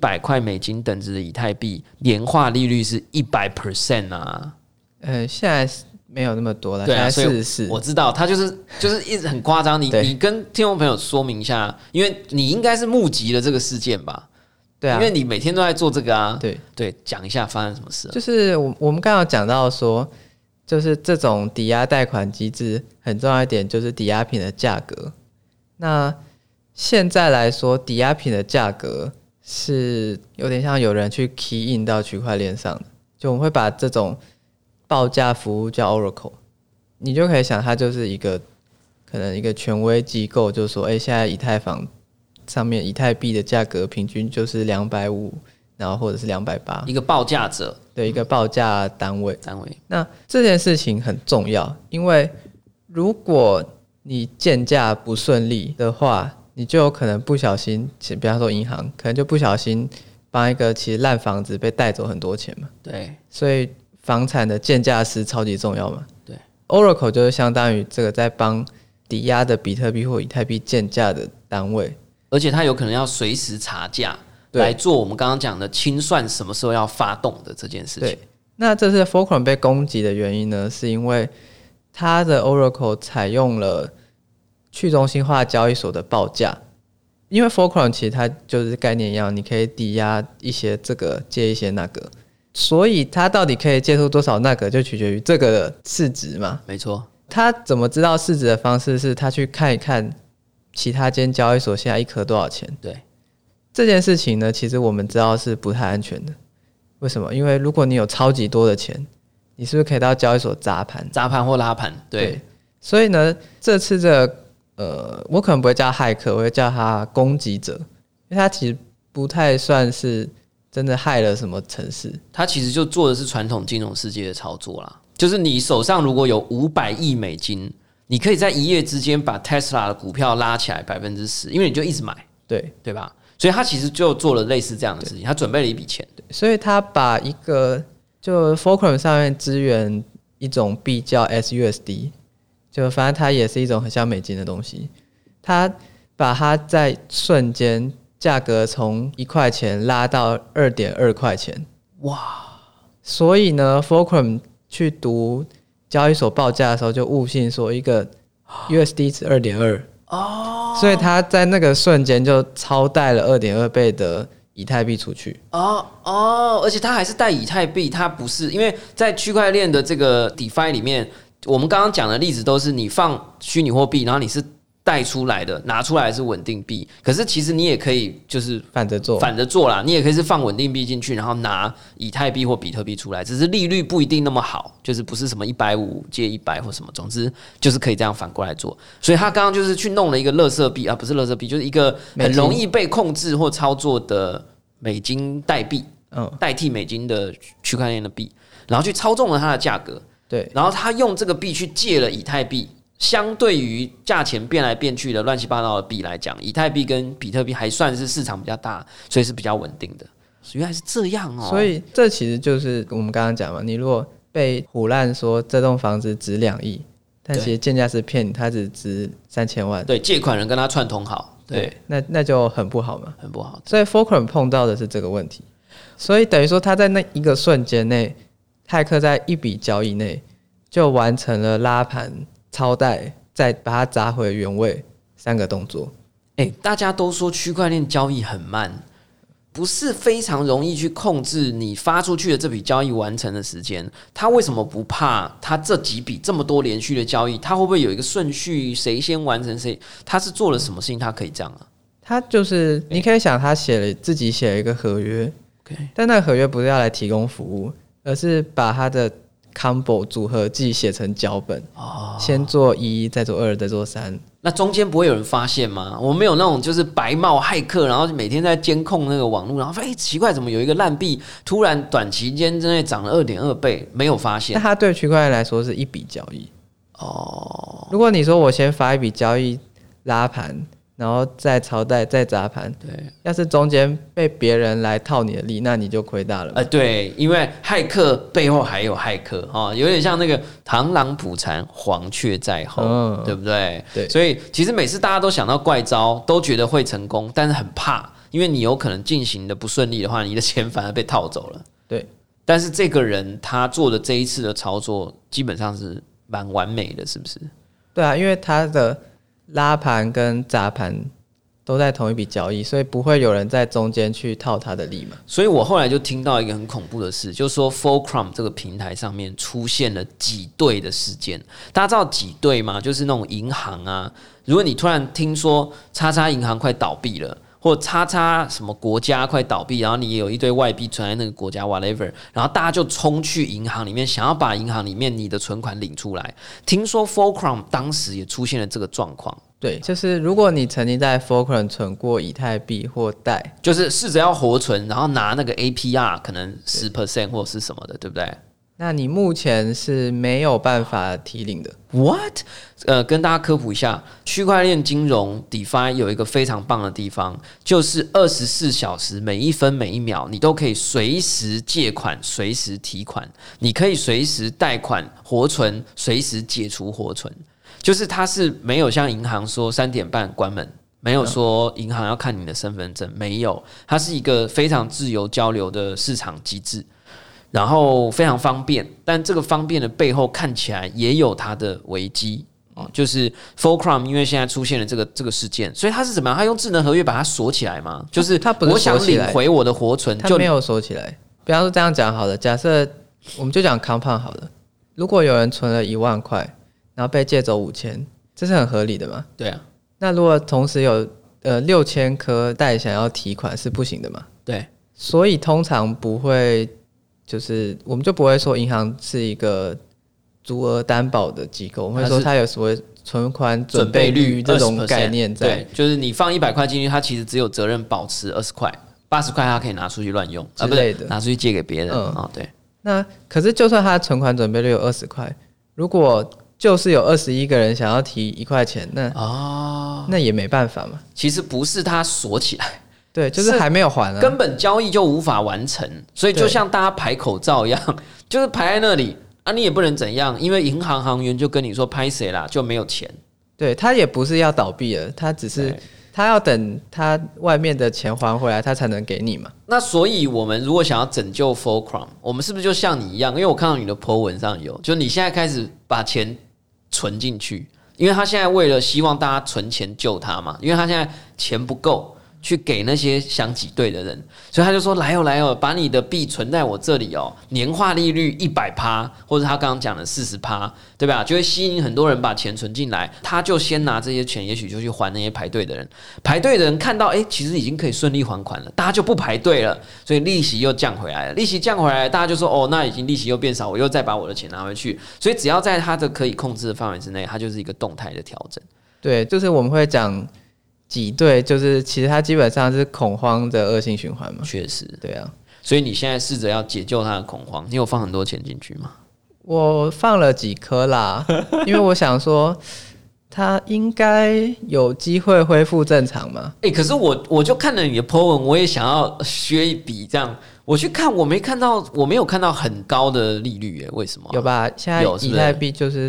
[SPEAKER 2] $100等值的以太币，年化利率是100% 啊。
[SPEAKER 3] 现在没有那么多了，
[SPEAKER 2] 对啊，
[SPEAKER 3] 现在44%。
[SPEAKER 2] 我知道，他就是一直很夸张。你跟听众朋友说明一下，因为你应该是目击了这个事件吧？
[SPEAKER 3] 对啊，
[SPEAKER 2] 因为你每天都在做这个啊。
[SPEAKER 3] 对，
[SPEAKER 2] 讲一下发生什么事了。
[SPEAKER 3] 就是我们刚刚有讲到说，就是这种抵押贷款机制很重要一点，就是抵押品的价格。那现在来说，抵押品的价格是有点像有人去 key in 到区块链上的，就我们会把这种报价服务叫 Oracle， 你就可以想它就是可能一个权威机构，就说，现在以太坊上面以太币的价格平均就是250，然后或者是280，
[SPEAKER 2] 一个报价者
[SPEAKER 3] 的一个报价单位。
[SPEAKER 2] 那
[SPEAKER 3] 这件事情很重要，因为如果你建价不顺利的话，你就有可能不小心，比方说银行可能就不小心帮一个其实烂房子被带走很多钱嘛。
[SPEAKER 2] 对，
[SPEAKER 3] 所以房产的建价师超级重要嘛。
[SPEAKER 2] 对
[SPEAKER 3] ，Oracle 就是相当于这个在帮抵押的比特币或以太币建价的单位，
[SPEAKER 2] 而且它有可能要随时查价来做我们刚刚讲的清算什么时候要发动的这件事情。
[SPEAKER 3] 对，那这次 Fulcrum 被攻击的原因呢，是因为它的 Oracle 采用了去中心化交易所的报价，因为 Fulcrum 其实它就是概念一样，你可以抵押一些这个借一些那个，所以它到底可以借出多少那个，就取决于这个的市值嘛。
[SPEAKER 2] 没错，
[SPEAKER 3] 他怎么知道市值的方式是他去看一看其他间交易所现在一颗多少钱。
[SPEAKER 2] 对，
[SPEAKER 3] 这件事情呢，其实我们知道是不太安全的。为什么？因为如果你有超级多的钱，你是不是可以到交易所砸盘
[SPEAKER 2] 或拉盘？对，
[SPEAKER 3] 所以呢，这次我可能不会叫骇客，我会叫他攻击者，因为他其实不太算是真的害了什么城市，
[SPEAKER 2] 他其实就做的是传统金融世界的操作啦。就是你手上如果有500亿美金，你可以在一夜之间把 Tesla 的股票拉起来10%，因为你就一直买，对吧？所以他其实就做了类似这样的事情，他准备了一笔钱。
[SPEAKER 3] 所以他把一个就 Fulcrum 上面支援一种币叫 SUSD， 就反正它也是一种很像美金的东西，他把它在瞬间价格从1块钱拉到2.2块钱，哇！所以呢 Fulcrum 去读交易所报价的时候，就误信说一个 USD 值2.2，所以他在那个瞬间就超贷了2.2倍的以太币出去。
[SPEAKER 2] 而且他还是带以太币，他不是因为在区块链的这个 DeFi 里面，我们刚刚讲的例子都是你放虚拟货币，然后你是带出来的，拿出来是稳定币。可是其实你也可以就是反着做啦，你也可以是放稳定币进去，然后拿以太币或比特币出来，只是利率不一定那么好，就是不是什么150借100或什么，总之就是可以这样反过来做。所以他刚刚就是去弄了一个垃圾币啊，不是垃圾币，就是一个很容易被控制或操作的美金代币，代替美金的区块链的币，然后去操纵了它的价格。
[SPEAKER 3] 对，
[SPEAKER 2] 然后他用这个币去借了以太币。相对于价钱变来变去的乱七八糟的币来讲，以太币跟比特币还算是市场比较大，所以是比较稳定的。原来是这样哦！
[SPEAKER 3] 所以这其实就是我们刚刚讲嘛，你如果被唬烂说这栋房子值2亿，但其实建价是骗你，它只值3000万。
[SPEAKER 2] 对，借款人跟他串通好，对，
[SPEAKER 3] 那就很不好嘛，
[SPEAKER 2] 很不好。
[SPEAKER 3] 所以 Fulcrum 碰到的是这个问题，所以等于说他在那一个瞬间内，骇客在一笔交易内就完成了拉盘、超贷，再把它砸回原位3个动作。
[SPEAKER 2] 大家都说区块链交易很慢，不是非常容易去控制你发出去的这笔交易完成的时间。他为什么不怕？他这几笔这么多连续的交易，他会不会有一个顺序？谁先完成谁？他是做了什么事情？他可以这样啊？
[SPEAKER 3] 他就是你可以想，他自己写了一个合约，但那个合约不是要来提供服务，而是把他的 combo 组合技写成脚本，先做1，再做2，再做3。
[SPEAKER 2] 那中间不会有人发现吗？我们没有那种就是白帽骇客，然后每天在监控那个网络，然后发现奇怪，怎么有一个烂币突然短期间之内涨了2.2倍，没有发现。
[SPEAKER 3] 但它对区块链来说是一笔交易。如果你说我先发一笔交易拉盘，然后再超贷再砸盘，对，要是中间被别人来套你的利，那你就亏大了。
[SPEAKER 2] 对，因为骇客背后还有骇客有点像那个螳螂捕蝉，黄雀在后，对不对？对，所以其实每次大家都想到怪招，都觉得会成功，但是很怕， 因为你有可能进行的不顺利的话，你的钱反而被套走了。
[SPEAKER 3] 对，
[SPEAKER 2] 但是这个人他做的这一次的操作基本上是蛮完美的，是不是？
[SPEAKER 3] 对啊，因为他的拉盘跟砸盘都在同一笔交易，所以不会有人在中间去套他的利嘛。
[SPEAKER 2] 所以我后来就听到一个很恐怖的事，就是说 Fulcrum 这个平台上面出现了挤兑的事件。大家知道挤兑吗？就是那种银行啊，如果你突然听说叉叉银行快倒闭了，或叉叉什么国家快倒闭，然后你也有一堆外币存在那个国家 whatever， 然后大家就冲去银行里面，想要把银行里面你的存款领出来。听说 Fulcrum 当时也出现了这个状况。
[SPEAKER 3] 对，就是如果你曾经在 Fulcrum 存过以太币或贷，
[SPEAKER 2] 就是试着要活存，然后拿那个 APR 可能10% 或是什么的，对不对？
[SPEAKER 3] 那你目前是没有办法提领的。
[SPEAKER 2] What？ 跟大家科普一下，区块链金融 DeFi 有一个非常棒的地方，就是24小时每一分每一秒，你都可以随时借款、随时提款，你可以随时贷款、活存、随时解除活存。就是它是没有像银行说3点半关门，没有说银行要看你的身份证，没有，它是一个非常自由交流的市场机制。然后非常方便，但这个方便的背后看起来也有它的危机，就是 Fulcrum 因为现在出现了这个事件，所以它是怎么样？它用智能合约把它锁起来吗？就是我想领回我的活存，
[SPEAKER 3] 它没有锁起来。比方说这样讲好了，假设我们就讲 Compound 好了，如果有人存了1万块，然后被借走5000，这是很合理的嘛？
[SPEAKER 2] 对啊。
[SPEAKER 3] 那如果同时有6000颗贷想要提款是不行的嘛？
[SPEAKER 2] 对。
[SPEAKER 3] 所以通常不会。就是我们就不会说银行是一个足额担保的机构，我们会说它有所谓存款准备率这种概念在。
[SPEAKER 2] 对，就是你放100块进去，它其实只有责任保持20块，80块它可以拿出去乱用
[SPEAKER 3] 之类的，
[SPEAKER 2] 不是拿出去借给别人对。
[SPEAKER 3] 那可是就算它存款准备率有20块，如果就是有21个人想要提1块钱，那也没办法嘛。
[SPEAKER 2] 其实不是它锁起来。
[SPEAKER 3] 对，就是还没有还啊，
[SPEAKER 2] 根本交易就无法完成，所以就像大家排口罩一样，就是排在那里啊，你也不能怎样，因为银行行员就跟你说拍谁啦，就没有钱。
[SPEAKER 3] 对，他也不是要倒闭了，他只是他要等他外面的钱还回来，他才能给你嘛。
[SPEAKER 2] 那所以我们如果想要拯救 Fulcrum， 我们是不是就像你一样？因为我看到你的 po 文上有，就你现在开始把钱存进去，因为他现在为了希望大家存钱救他嘛，因为他现在钱不够。去给那些想挤兑的人，所以他就说来哦，把你的币存在我这里哦，年化利率100%，或者他刚刚讲的40%，对吧？就会吸引很多人把钱存进来，他就先拿这些钱，也许就去还那些排队的人。排队的人看到，其实已经可以顺利还款了，大家就不排队了，所以利息又降回来了。利息降回来，大家就说那已经利息又变少，我又再把我的钱拿回去。所以只要在他的可以控制的范围之内，它就是一个动态的调整。
[SPEAKER 3] 对，就是我们会讲。挤兑就是其实它基本上是恐慌的恶性循环嘛，
[SPEAKER 2] 确实，
[SPEAKER 3] 对啊，
[SPEAKER 2] 所以你现在试着要解救它的恐慌，你有放很多钱进去吗？
[SPEAKER 3] 我放了几颗啦，因为我想说它应该有机会恢复正常嘛。
[SPEAKER 2] 可是我就看了你的 po 文，我也想要削一笔这样。我去看，我没有看到很高的利率耶，为什么？
[SPEAKER 3] 有吧？现在以太币就是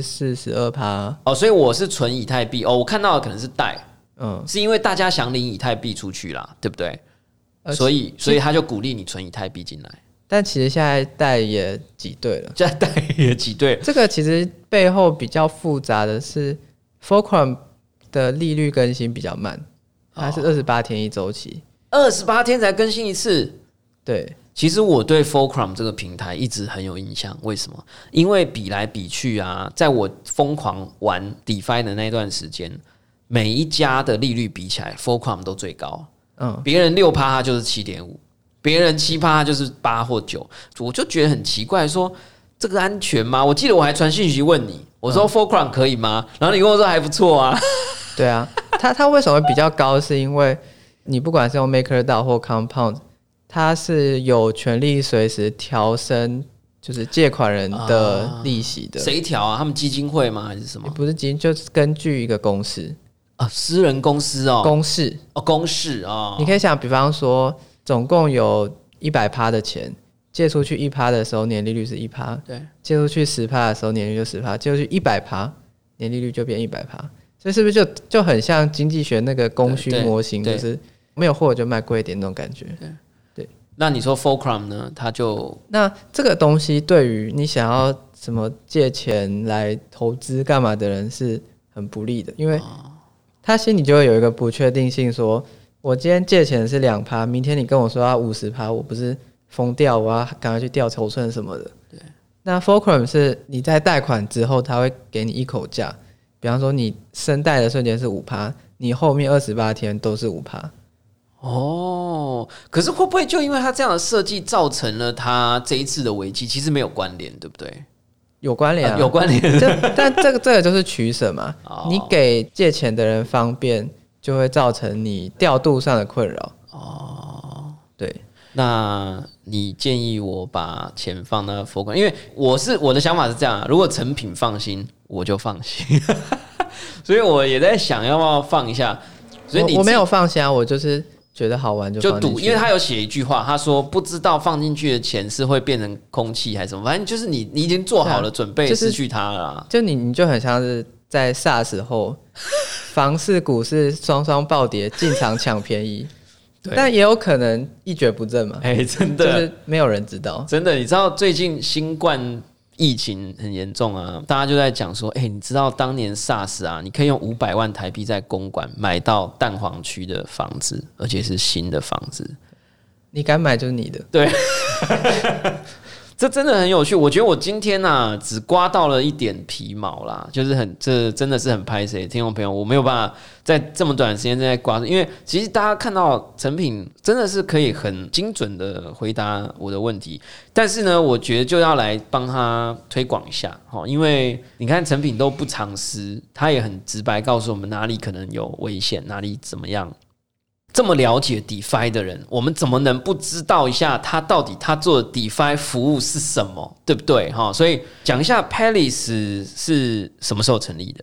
[SPEAKER 3] 42%
[SPEAKER 2] 所以我是存以太币我看到的可能是贷。是因为大家想领以太币出去啦，对不对？所以他就鼓励你存以太币进来。
[SPEAKER 3] 但其实现在贷也挤兑了，
[SPEAKER 2] 现在贷也挤兑了。
[SPEAKER 3] 这个其实背后比较复杂的是 Fulcrum 的利率更新比较慢，它是28天一周期
[SPEAKER 2] ，28天才更新一次。
[SPEAKER 3] 对，
[SPEAKER 2] 其实我对 Fulcrum 这个平台一直很有印象，为什么？因为比来比去啊，在我疯狂玩 DeFi 的那段时间。每一家的利率比起来 Fulcrum 都最高，别人6%它就是 7.5%， 别人7%它就是8或9，我就觉得很奇怪，说这个安全吗？我记得我还传讯息问你，我说 Fulcrum 可以吗？然后你跟我说还不错啊。
[SPEAKER 3] 对啊，它为什么比较高？是因为你不管是用 MakerDAO 或 Compound， 它是有权利随时调升。就是借款人的利息的，
[SPEAKER 2] 谁调啊？他们基金会吗？还是什么？
[SPEAKER 3] 不是基金，就是根据一个公式
[SPEAKER 2] 私人公司
[SPEAKER 3] 公式
[SPEAKER 2] 公式
[SPEAKER 3] 你可以想，比方说，总共有100%的钱借出去1%的时候，年利率是1%；
[SPEAKER 2] 对，
[SPEAKER 3] 借出去10%的时候，年利率就10%；借出去100%，年利率就变100%。所以是不是就很像经济学那个供需模型？就是没有货就卖贵一点那种感觉。对，
[SPEAKER 2] 那你说 Fulcrum 呢？它就
[SPEAKER 3] 那这个东西对于你想要什么借钱来投资干嘛的人是很不利的，因为他心里就会有一个不确定性说，我今天借钱是2%，明天你跟我说要50%，我不是疯掉，我要赶快去调头寸什么的。
[SPEAKER 2] 对，
[SPEAKER 3] 那 Fulcrum 是你在贷款之后，他会给你一口价，比方说你申贷的瞬间是5%，你后面28天都是5%。
[SPEAKER 2] 哦，可是会不会就因为它这样的设计，造成了它这一次的危机？其实没有关联，对不对？
[SPEAKER 3] 有关联啊，
[SPEAKER 2] 有关联。
[SPEAKER 3] 但这个就是取舍嘛。你给借钱的人方便，就会造成你调度上的困扰。哦，对。
[SPEAKER 2] 那你建议我把钱放到 Fulcrum， 因为我的想法是这样，如果成品放心，我就放心。所以我也在想要不要放一下。所以我
[SPEAKER 3] 没有放心啊，我就是觉得好玩就放进去，
[SPEAKER 2] 赌，因为他有写一句话，他说不知道放进去的钱是会变成空气还是什么，反正就是你已经做好了准备失去它了啦。
[SPEAKER 3] 就你就很像是在 SARS 后，房市股市双双暴跌，进场抢便宜，但也有可能一蹶不振嘛。
[SPEAKER 2] 真的
[SPEAKER 3] 就是没有人知道。
[SPEAKER 2] 真的，你知道最近新冠疫情很严重啊，大家就在讲说，你知道当年 SARS 啊，你可以用500万台币在公馆买到蛋黄区的房子，而且是新的房子，
[SPEAKER 3] 你敢买就是你的。
[SPEAKER 2] 对。这真的很有趣，我觉得我今天只刮到了一点皮毛啦，就是这真的是很拍谁，听众朋友，我没有办法在这么短的时间在刮，因为其实大家看到成品真的是可以很精准的回答我的问题，但是呢，我觉得就要来帮他推广一下，因为你看成品都不藏私，他也很直白告诉我们哪里可能有危险，哪里怎么样。这么了解 DeFi 的人，我们怎么能不知道一下他到底他做的 DeFi 服务是什么，对不对？所以讲一下 Palace 是什么时候成立的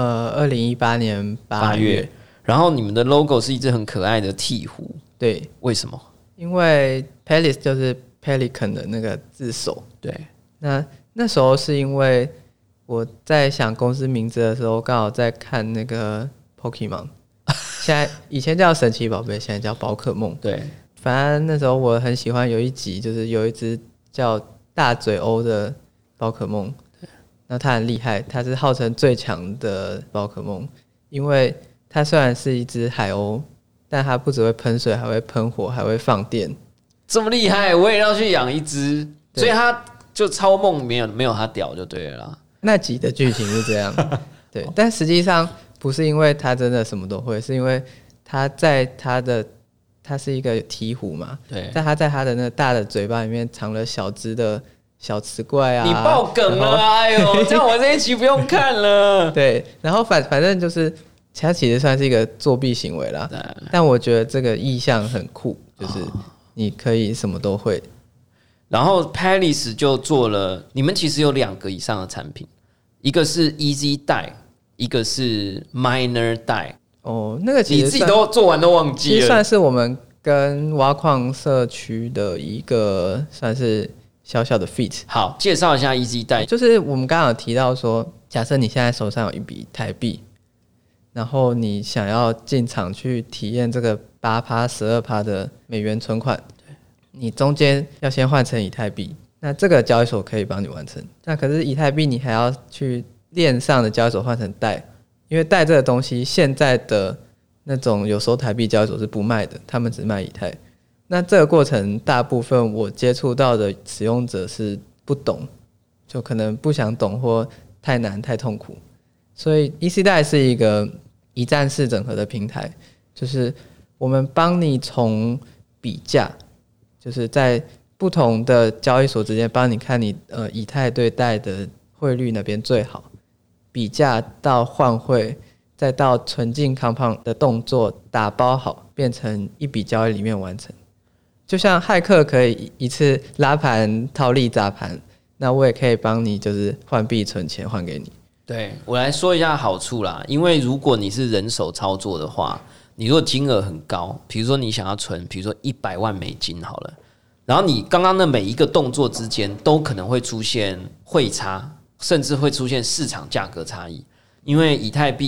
[SPEAKER 3] ？2018年8月。
[SPEAKER 2] 然后你们的 logo 是一只很可爱的鹈鹕，
[SPEAKER 3] 对，
[SPEAKER 2] 为什么？
[SPEAKER 3] 因为 Palace 就是 Pelican 的那个字首。
[SPEAKER 2] 对，
[SPEAKER 3] 那时候是因为我在想公司名字的时候，刚好在看那个 Pokemon。以前叫神奇宝贝，现在叫宝可梦。
[SPEAKER 2] 对，
[SPEAKER 3] 反正那时候我很喜欢有一集，就是有一只叫大嘴鸥的宝可梦，那它很厉害，它是号称最强的宝可梦，因为它虽然是一只海鸥，但它不只会喷水，还会喷火，还会放电，
[SPEAKER 2] 这么厉害，我也要去养一只，所以它就超梦没有它屌就对了啦。
[SPEAKER 3] 那集的剧情是这样，对，但实际上。不是因为他真的什么都会，是因为他在他是一个鹈鹕嘛，
[SPEAKER 2] 对，
[SPEAKER 3] 但他在他的那个大的嘴巴里面藏了小只的小磁怪啊。
[SPEAKER 2] 你爆梗了，哎呦，这样我这一期不用看了。
[SPEAKER 3] 对，然后反正就是它其实算是一个作弊行为啦，但我觉得这个意象很酷，就是你可以什么都会。
[SPEAKER 2] 然后 Palace 就做了，你们其实有2个以上的产品，一个是 Easy 贷。一个是 Miner 贷
[SPEAKER 3] 那个其实
[SPEAKER 2] 你自己都做完都忘记了，
[SPEAKER 3] 其实算是我们跟挖矿社区的一个算是小小的 feat。
[SPEAKER 2] 好，介绍一下 Easy 贷，
[SPEAKER 3] 就是我们刚刚有提到说，假设你现在手上有一笔台币，然后你想要进场去体验这个8%、12%的美元存款，你中间要先换成以太币，那这个交易所可以帮你完成。那可是以太币你还要去链上的交易所换成贷，因为贷这个东西现在的那种有收台币交易所是不卖的，他们只卖以太。那这个过程大部分我接触到的使用者是不懂，就可能不想懂或太难太痛苦，所以 Easy 贷是一个一站式整合的平台，就是我们帮你从比价，就是在不同的交易所之间帮你看你以太对贷的汇率哪边最好，比价到换汇，再到存进 compound 的动作打包好，变成一笔交易里面完成。就像骇客可以一次拉盘套利砸盘，那我也可以帮你就是换币存钱换给你。
[SPEAKER 2] 对，我来说一下好处啦，因为如果你是人手操作的话，你如果金额很高，比如说你想要存比如说100万美金好了，然后你刚刚的每一个动作之间都可能会出现汇差，甚至会出现市场价格差异，因为以太币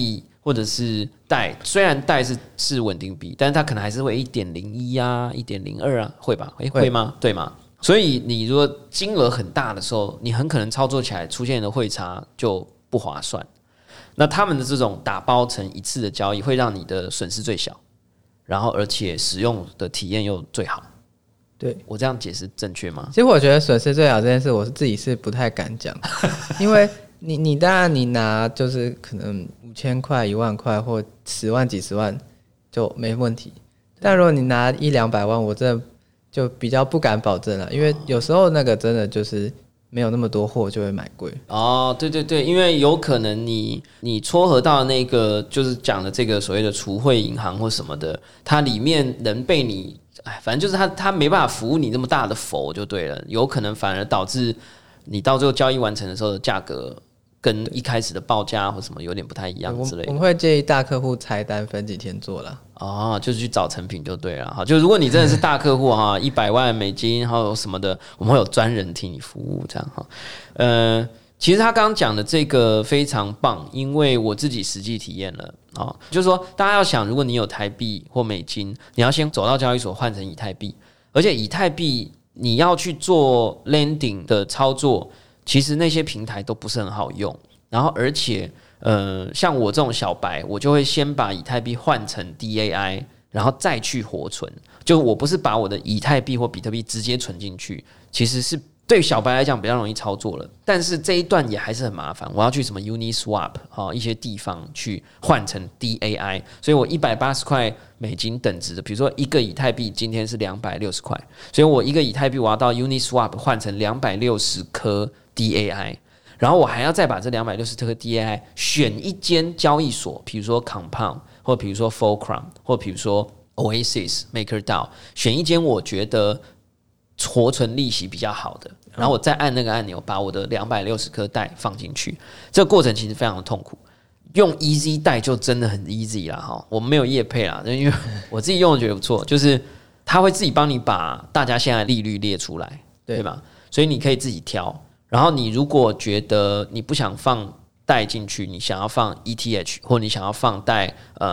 [SPEAKER 2] 或者是贷，虽然贷是稳定币，但是它可能还是会 1.01 啊 1.02 啊，会吧？会吗？对吗？所以你如果金额很大的时候，你很可能操作起来出现的汇差就不划算。那他们的这种打包成一次的交易，会让你的损失最小，然后而且使用的体验又最好。
[SPEAKER 3] 对，
[SPEAKER 2] 我这样解释正确吗？
[SPEAKER 3] 其实我觉得损失最好这件事，我自己是不太敢讲，因为你当然你拿就是可能5000块、1万块或10万、几十万就没问题，但如果你拿100-200万，我真的就比较不敢保证了，因为有时候那个真的就是没有那么多货就会买贵。
[SPEAKER 2] 哦，对对对，因为有可能你撮合到那个就是讲的这个所谓的储汇银行或什么的，它里面能被你反正就是它没办法服务你这么大的佛就对了，有可能反而导致你到最后交易完成的时候的价格跟一开始的报价或什么有点不太一样之类的。
[SPEAKER 3] 我们会建议大客户拆单分几天做啦。
[SPEAKER 2] 哦，就是去找成品就对了。好，就如果你真的是大客户哈，100万美金还有什么的，我们会有专人替你服务这样哈。其实他刚刚讲的这个非常棒，因为我自己实际体验了啊，就是说大家要想，如果你有台币或美金，你要先走到交易所换成以太币，而且以太币你要去做 lending 的操作，其实那些平台都不是很好用，然后而且像我这种小白，我就会先把以太币换成 DAI， 然后再去活存，就我不是把我的以太币或比特币直接存进去，其实是对小白来讲比较容易操作了，但是这一段也还是很麻烦。我要去什么 Uniswap 一些地方去换成 DAI， 所以我180块美金等值的，比如说一个以太币今天是260块，所以我一个以太币我要到 Uniswap 换成260颗 DAI， 然后我还要再把这260颗 DAI 选一间交易所，比如说 Compound 或比如说 Fulcrum 或比如说 Oasis、MakerDAO， 选一间我觉得活存利息比较好的，然后我再按那个按钮，把我的260颗贷放进去。这个过程其实非常的痛苦。用 Easy 贷就真的很 easy 啦哈，我们没有业配啦，因为我自己用的觉得不错，就是它会自己帮你把大家现在利率列出来，对吧？所以你可以自己挑。然后你如果觉得你不想放贷进去，你想要放 ETH 或你想要放贷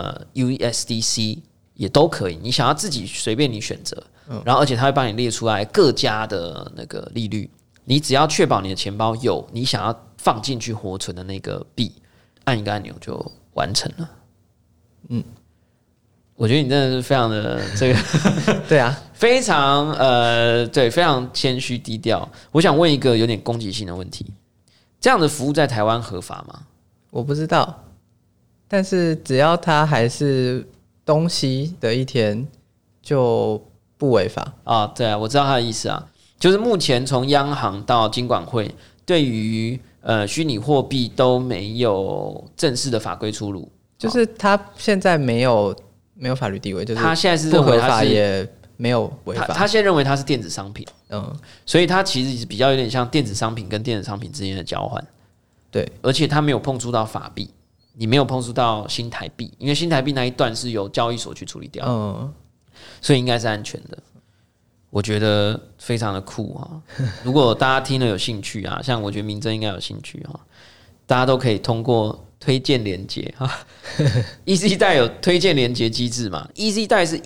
[SPEAKER 2] USDC 也都可以，你想要自己随便你选择。然后而且它会帮你列出来各家的那个利率，你只要确保你的钱包有你想要放进去活存的那个币，按一个按钮就完成了。我觉得你真的是非常的这个
[SPEAKER 3] 对啊，
[SPEAKER 2] 非常对，非常谦虚低调。我想问一个有点攻击性的问题：这样的服务在台湾合法吗？
[SPEAKER 3] 我不知道，但是只要它还是东西的一天就不违法
[SPEAKER 2] 啊。对啊，我知道他的意思啊，就是目前从央行到金管会对于虚拟货币都没有正式的法规出炉，
[SPEAKER 3] 就是他现在没有法律地位，就是
[SPEAKER 2] 他现在是认为他是
[SPEAKER 3] 也没有违法，
[SPEAKER 2] 他现在认为它是电子商品，所以它其实比较有点像电子商品跟电子商品之间的交换，
[SPEAKER 3] 对，
[SPEAKER 2] 而且它没有碰触到法币，你没有碰触到新台币，因为新台币那一段是由交易所去处理掉，所以应该是安全的。我觉得非常的酷哈！如果大家听了有兴趣啊，像我觉得明真应该有兴趣哈，大家都可以通过推荐连结哈。Easy 贷有推荐连结机制嘛 ？Easy 贷是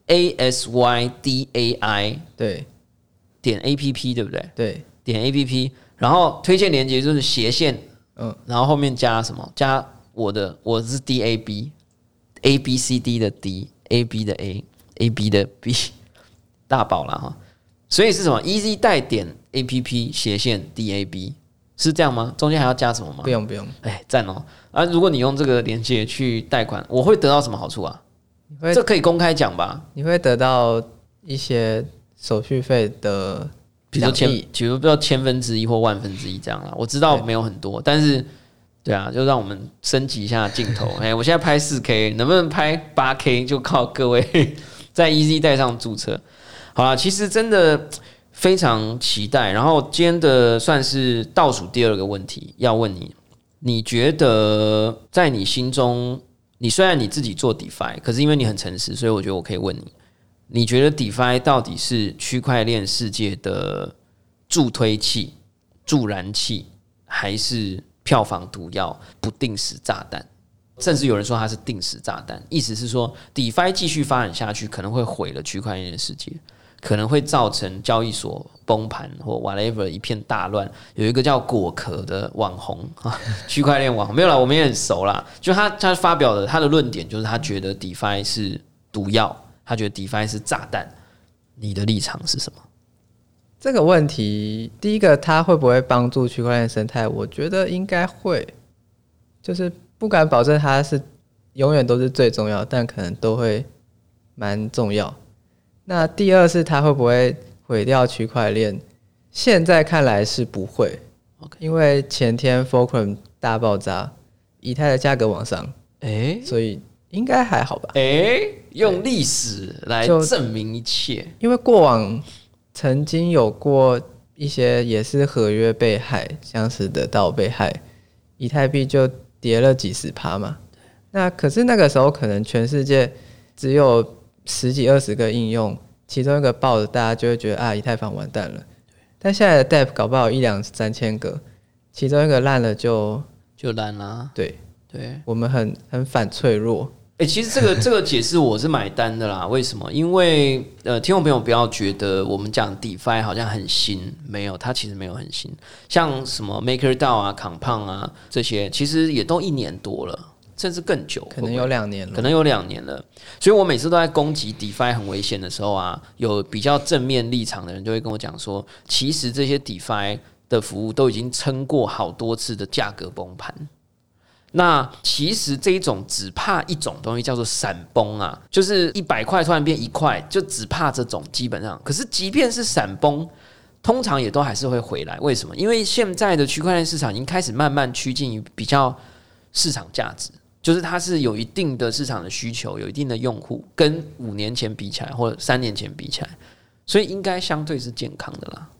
[SPEAKER 2] EASYDAI
[SPEAKER 3] 对
[SPEAKER 2] 点 APP 对不对？
[SPEAKER 3] 对，
[SPEAKER 2] 点 APP， 然后推荐连结就是斜线，然后后面加什么？加我是 DAB，ABCD 的 D，AB 的 A，AB 的 B。大宝啦哈，所以是什么 ？Easy 贷点 APP 斜线 DAB 是这样吗？中间还要加什么吗？
[SPEAKER 3] 不用，
[SPEAKER 2] 赞哦！啊，如果你用这个连结去贷款，我会得到什么好处啊？这可以公开讲吧？
[SPEAKER 3] 你会得到一些手续费的，
[SPEAKER 2] 比如说1/1000或1/1000这样啦。我知道没有很多，但是对啊，就让我们升级一下镜头。我现在拍4K， 能不能拍8K， 就靠各位在 Easy 贷上注册。好啦，其实真的非常期待。然后今天的算是倒数第二个问题要问你，你觉得在你心中，你虽然你自己做 DeFi， 可是因为你很诚实，所以我觉得我可以问你，你觉得 DeFi 到底是区块链世界的助推器、助燃器，还是票房毒药、不定时炸弹？ 甚至有人说它是定时炸弹，意思是说 DeFi 继续发展下去，可能会毁了区块链的世界，可能会造成交易所崩盘或 whatever 一片大乱。有一个叫果壳的网红区块链网红没有啦，我们也很熟啦。就他发表的他的论点就是他觉得 DeFi 是毒药，他觉得 DeFi 是炸弹。你的立场是什么？
[SPEAKER 3] 这个问题，第一个它会不会帮助区块链生态？我觉得应该会，就是不敢保证它是永远都是最重要，但可能都会蛮重要。那第二是它会不会毁掉区块链？现在看来是不会，因为前天 Fulcrum 大爆炸，以太的价格往上，所以应该还好吧？
[SPEAKER 2] 用历史来证明一切，
[SPEAKER 3] 因为过往曾经有过一些也是合约被害，像是得到被害，以太币就跌了几10%嘛。那可是那个时候可能全世界只有10几20个应用，其中一个爆了，大家就会觉得啊，以太坊完蛋了。但现在的 DApp 搞不好1、2、3千个，其中一个烂了就
[SPEAKER 2] 烂啦。对，
[SPEAKER 3] 我们很反脆弱。
[SPEAKER 2] 其实这个解释我是买单的啦。为什么？因为听众朋友不要觉得我们讲 DeFi 好像很新，没有，它其实没有很新。像什么 MakerDAO 啊、Compound 啊这些，其实也都1年多了，甚至更久，
[SPEAKER 3] 可能有2年了，
[SPEAKER 2] 可能有2年了。所以我每次都在攻击 DeFi 很危险的时候啊，有比较正面立场的人就会跟我讲说，其实这些 DeFi 的服务都已经撑过好多次的价格崩盘。那其实这一种只怕一种东西叫做闪崩啊，就是100块突然变1块，就只怕这种基本上。可是即便是闪崩，通常也都还是会回来。为什么？因为现在的区块链市场已经开始慢慢趋近于比较市场价值，就是它是有一定的市场的需求，有一定的用户，跟5年前比起来或者3年前比起来，所以应该相对是健康的啦。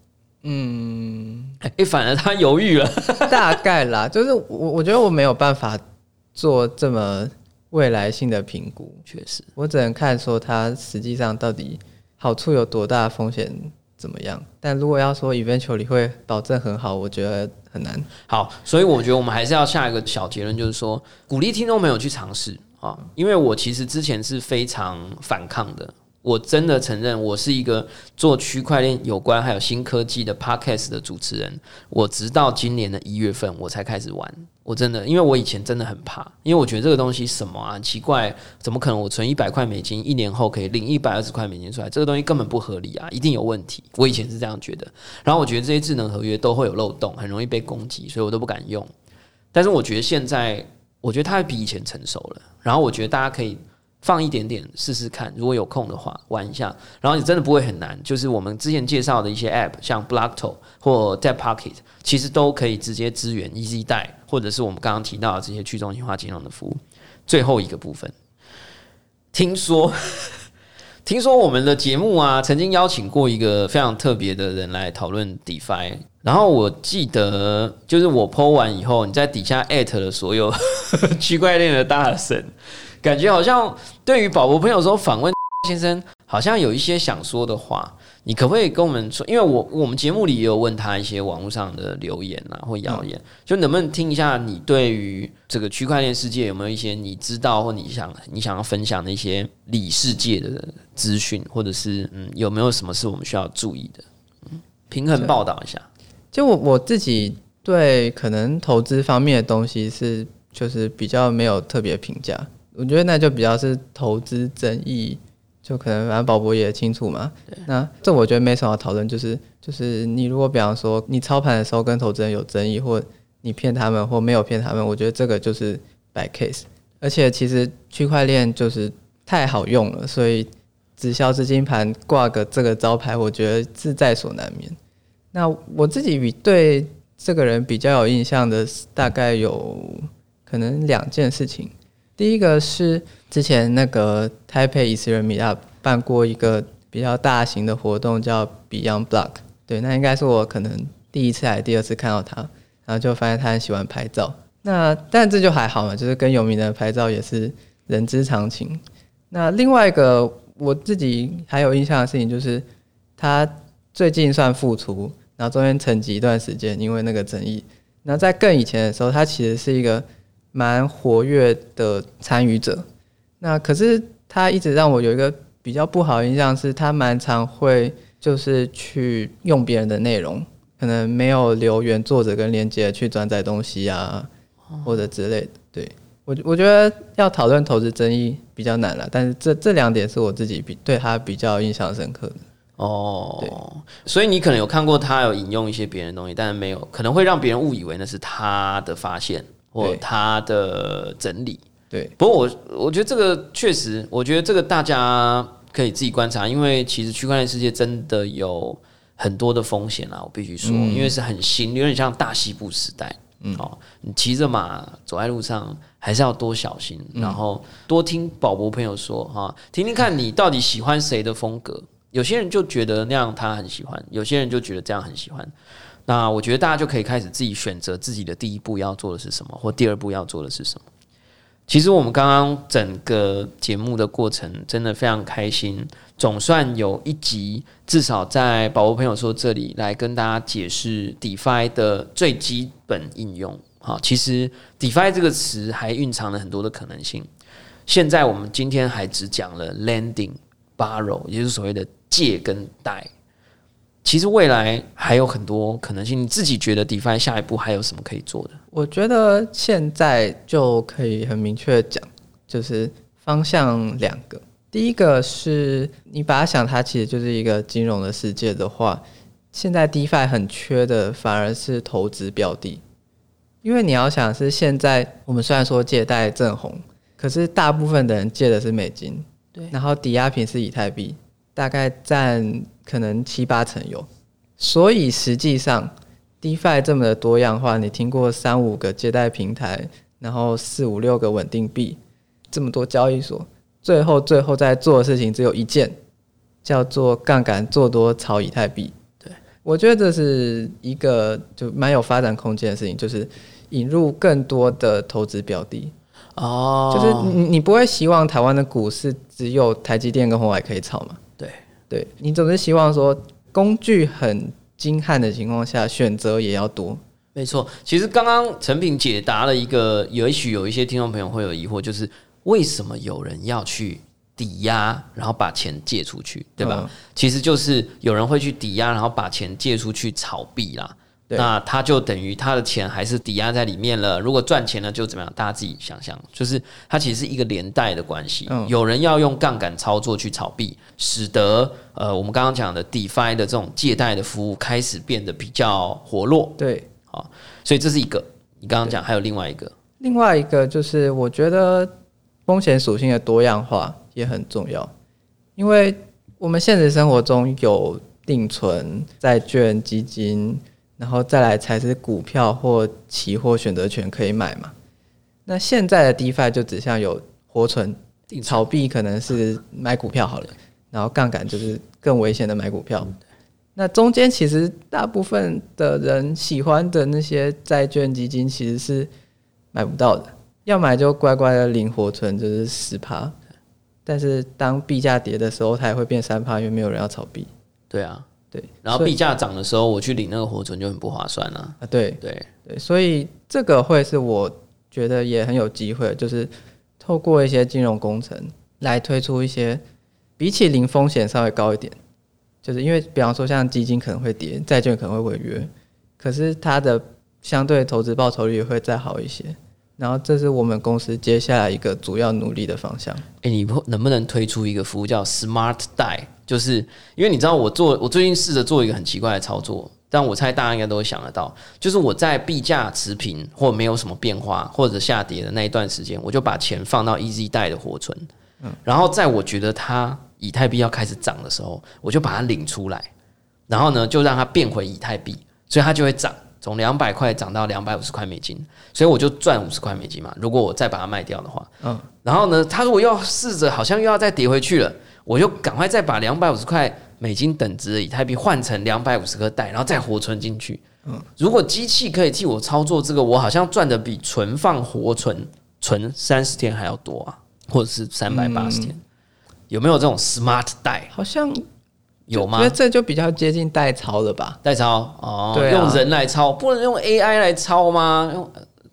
[SPEAKER 2] 反而他犹豫了，
[SPEAKER 3] 大概啦，就是我觉得我没有办法做这么未来性的评估，
[SPEAKER 2] 确实，
[SPEAKER 3] 我只能看说它实际上到底好处有多大，风险怎么样。但如果要说 eventually 会保证很好，我觉得很难。
[SPEAKER 2] 好，所以我觉得我们还是要下一个小结论，就是说鼓励听众朋友去尝试啊，因为我其实之前是非常反抗的。我真的承认，我是一个做区块链有关还有新科技的 podcast 的主持人。我直到今年的1月份我才开始玩。我真的，因为我以前真的很怕，因为我觉得这个东西什么啊，奇怪，怎么可能我存100块美金，1年后可以领120块美金出来？这个东西根本不合理啊，一定有问题。我以前是这样觉得。然后我觉得这些智能合约都会有漏洞，很容易被攻击，所以我都不敢用。但是我觉得现在，我觉得它比以前成熟了。然后我觉得大家可以放一点点试试看，如果有空的话玩一下，然后你真的不会很难。就是我们之前介绍的一些 App， 像 Blockto 或 Debtpocket， 其实都可以直接支援 Easy 贷，或者是我们刚刚提到的这些去中心化金融的服务。最后一个部分，听说我们的节目啊，曾经邀请过一个非常特别的人来讨论 DeFi。然后我记得，就是我 po 完以后，你在底下 at 了所有区块链的大神。感觉好像对于宝博朋友说访问先生，好像有一些想说的话，你可不可以跟我们说？因为我们节目里也有问他一些网络上的留言啊或谣言，就能不能听一下你对于这个区块链世界有没有一些你知道或你想要分享的一些理世界的资讯，或者是有没有什么是我们需要注意的？平衡报道一下。
[SPEAKER 3] 就我自己对可能投资方面的东西就是比较没有特别评价。我觉得那就比较是投资争议，就可能反正宝博也清楚嘛。那这我觉得没什么好讨论，就是你如果比方说你操盘的时候跟投资人有争议，或你骗他们或没有骗他们，我觉得这个就是摆 case。而且其实区块链就是太好用了，所以直销资金盘挂个这个招牌，我觉得是在所难免。那我自己对这个人比较有印象的，大概有可能2件事情。第一个是之前那个台北 Ethereum Meetup 办过一个比较大型的活动，叫 Beyond Block。对，那应该是我可能第1次还是第2次看到他，然后就发现他很喜欢拍照。但这就还好嘛，就是跟有名的人拍照也是人之常情。那另外一个我自己还有印象的事情，就是他最近算复出，然后中间沉寂一段时间，因为那个争议。那在更以前的时候，他其实是一个蛮活跃的参与者。那可是他一直让我有一个比较不好的印象，是他蛮常会就是去用别人的内容，可能没有留原作者跟连结去转载东西啊，或者之类的。对，我觉得要讨论投资争议比较难啦，但是这2点是我自己对他比较印象深刻的。
[SPEAKER 2] 所以你可能有看过他有引用一些别人的东西，但是没有，可能会让别人误以为那是他的发现或他的整理。
[SPEAKER 3] 对，
[SPEAKER 2] 不过我觉得这个确实，我觉得这个大家可以自己观察，因为其实区块链世界真的有很多的风险啊，我必须说，因为是很新，有点像大西部时代。你骑着马走在路上，还是要多小心，然后多听宝博朋友说听听看你到底喜欢谁的风格。有些人就觉得那样他很喜欢，有些人就觉得这样很喜欢。那我觉得大家就可以开始自己选择自己的第一步要做的是什么，或第二步要做的是什么。其实我们刚刚整个节目的过程真的非常开心，总算有一集至少在宝博朋友说这里来跟大家解释 DeFi 的最基本应用。其实 DeFi 这个词还蕴藏了很多的可能性。现在我们今天还只讲了 Lending、Borrow， 也就是所谓的借跟贷。其实未来还有很多可能性，你自己觉得 DeFi 下一步还有什么可以做的？
[SPEAKER 3] 我觉得现在就可以很明确的讲，就是方向2个。第一个是你把它想它其实就是一个金融的世界的话，现在 DeFi 很缺的反而是投资标的。因为你要想是现在我们虽然说借贷正红，可是大部分的人借的是美金，对，然后抵押品是以太币，大概占可能7-8成有。所以实际上 DeFi 这么的多样化，你听过3-5个借贷平台，然后4-5-6个稳定币，这么多交易所，最后在做的事情只有一件，叫做杠杆做多炒以太币。对，我觉得这是一个就蛮有发展空间的事情，就是引入更多的投资标的。就是你不会希望台湾的股市只有台积电跟鸿海可以炒嘛？对，你总是希望说工具很精悍的情况下，选择也要多。
[SPEAKER 2] 没错，其实刚刚陈品解答了一个，也许有一些听众朋友会有疑惑，就是为什么有人要去抵押，然后把钱借出去，对吧？其实就是有人会去抵押，然后把钱借出去炒币啦。那他就等于他的钱还是抵押在里面了，如果赚钱了就怎么样？大家自己想象，就是它其实是一个连带的关系。有人要用杠杆操作去炒币，使得我们刚刚讲的 DeFi 的这种借贷的服务开始变得比较活络。
[SPEAKER 3] 对，
[SPEAKER 2] 所以这是一个。你刚刚讲还有另外一
[SPEAKER 3] 个就是我觉得风险属性的多样化也很重要，因为我们现实生活中有定存、债券、基金，然后再来才是股票或期货选择权可以买嘛。那现在的 DeFi 就只像有活存，炒币可能是买股票好了，然后杠杆就是更危险的买股票。那中间其实大部分的人喜欢的那些债券基金其实是买不到的，要买就乖乖的领活存，就是 10%， 但是当币价跌的时候它也会变 3%， 因为没有人要炒币。
[SPEAKER 2] 对啊，对，然后币价涨的时候，我去领那个活存就很不划算啊。
[SPEAKER 3] 对，所以这个会是我觉得也很有机会，就是透过一些金融工程来推出一些比起零风险稍微高一点，就是因为比方说像基金可能会跌，债券可能会违约，可是它的相对投资报酬率也会再好一些。然后这是我们公司接下来一个主要努力的方向。
[SPEAKER 2] 你能不能推出一个服务叫 Smart DAI？ 就是因为你知道我最近试着做一个很奇怪的操作，但我猜大家应该都会想得到，就是我在币价持平或没有什么变化或者下跌的那一段时间，我就把钱放到 Easy DAI 的活存，然后在我觉得它以太币要开始涨的时候，我就把它领出来，然后呢就让它变回以太币，所以它就会涨，从200块涨到250块美金，所以我就赚50块美金嘛。如果我再把它卖掉的话，然后呢，它如果要试着好像又要再跌回去了，我就赶快再把250块美金等值的以太币换成250颗代，然后再活存进去。如果机器可以替我操作这个，我好像赚的比存放活存存30天还要多啊，或者是380天。有没有这种 Smart DAI？
[SPEAKER 3] 好像
[SPEAKER 2] 有吗？
[SPEAKER 3] 我觉得这就比较接近代抄了吧？
[SPEAKER 2] 代抄用人来抄，不能用 AI 来抄吗？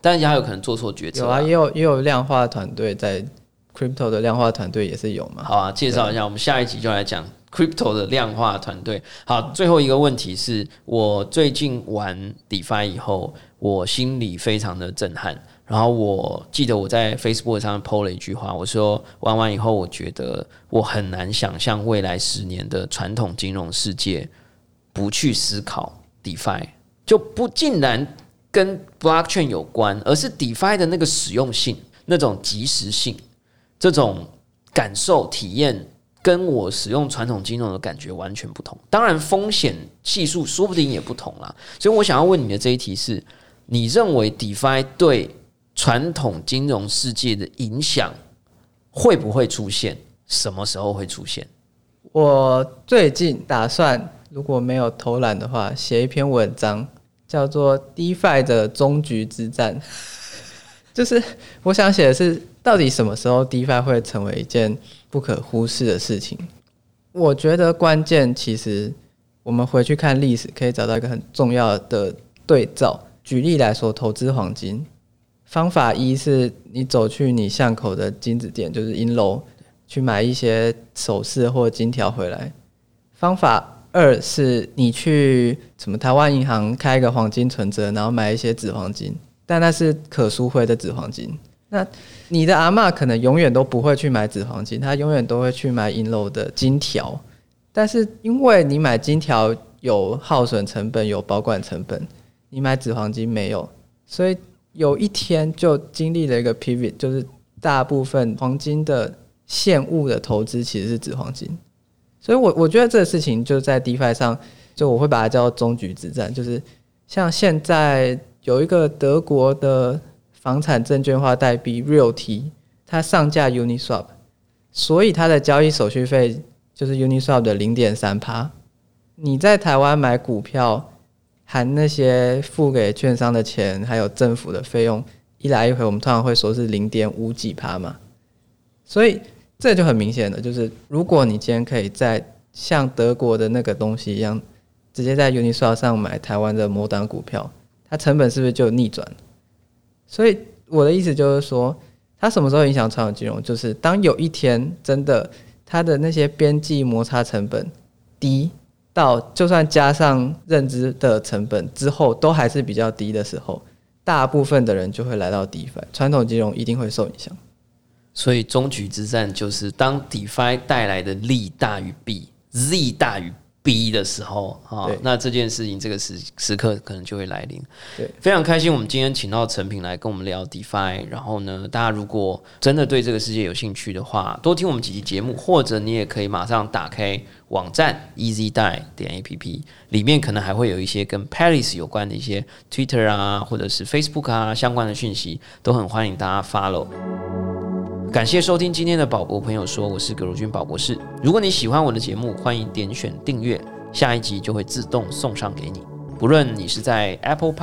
[SPEAKER 2] 但是他有可能做错决策。
[SPEAKER 3] 有啊，也有量化团队在 crypto 的量化团队也是有嘛。
[SPEAKER 2] 好啊，介绍一下，我们下一集就来讲 crypto 的量化团队。好，最后一个问题是我最近玩 DeFi 以后，我心里非常的震撼。然后我记得我在 Facebook 上 po 了一句话，我说玩完以后，我觉得我很难想象未来10年的传统金融世界不去思考 DeFi， 就不尽然跟 Blockchain 有关，而是 DeFi 的那个实用性、那种即时性、这种感受体验，跟我使用传统金融的感觉完全不同。当然，风险系数说不定也不同啦。所以我想要问你的这一题是：你认为 DeFi 对传统金融世界的影响会不会出现？什么时候会出现？
[SPEAKER 3] 我最近打算，如果没有偷懒的话，写一篇文章，叫做 DeFi 的终局之战。就是我想写的是，到底什么时候 DeFi 会成为一件不可忽视的事情？我觉得关键其实我们回去看历史，可以找到一个很重要的对照。举例来说，投资黄金。方法一是你走去你巷口的金子店，就是银楼，去买一些首饰或金条回来。方法二是你去什么台湾银行开一个黄金存折，然后买一些纸黄金，但那是可赎回的纸黄金。那你的阿嬷可能永远都不会去买纸黄金，她永远都会去买银楼的金条。但是因为你买金条有耗损成本，有保管成本，你买纸黄金没有，所以有一天就经历了一个 pivot， 就是大部分黄金的现物的投资其实是纸黄金，所以我觉得这个事情就在 DeFi 上，就我会把它叫做终局之战。就是像现在有一个德国的房产证券化代币 Realty， 它上架 Uniswap， 所以它的交易手续费就是 Uniswap 的 0.3%。 你在台湾买股票含那些付给券商的钱，还有政府的费用，一来一回，我们通常会说是0.5几%嘛。所以这就很明显的，就是如果你今天可以在像德国的那个东西一样，直接在 Uniswap 上买台湾的某档股票，它成本是不是就逆转？所以我的意思就是说，它什么时候影响传统金融？就是当有一天真的它的那些边际摩擦成本低到就算加上认知的成本之后都还是比较低的时候，大部分的人就会来到 DeFi， 传统金融一定会受影响。
[SPEAKER 2] 所以终局之战就是当 DeFi 带来的利大于弊， Z 大于 B 的时候，那这件事情这个时刻可能就会来临。对，非常开心我们今天请到陈平来跟我们聊 DeFi。 然后呢，大家如果真的对这个世界有兴趣的话，多听我们几期节目，或者你也可以马上打开网站 EasyDai.app， 里面可能还会有一些跟 Paris 有关的一些 Twitter 啊，或者是 Facebook 啊相关的讯息，都很欢迎大家 follow。感谢收听今天的宝博朋友说，我是葛如君宝博士。如果你喜欢我的节目，欢迎点选订阅，下一集就会自动送上给你。不论你是在 Apple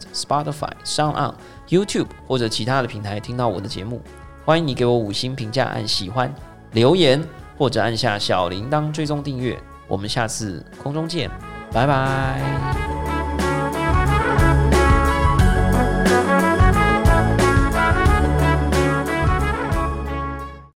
[SPEAKER 2] Podcast、Spotify、SoundOn、YouTube 或者其他的平台听到我的节目，欢迎你给我5星评价，按喜欢、留言或者按下小铃铛追踪订阅。我们下次空中见，拜拜。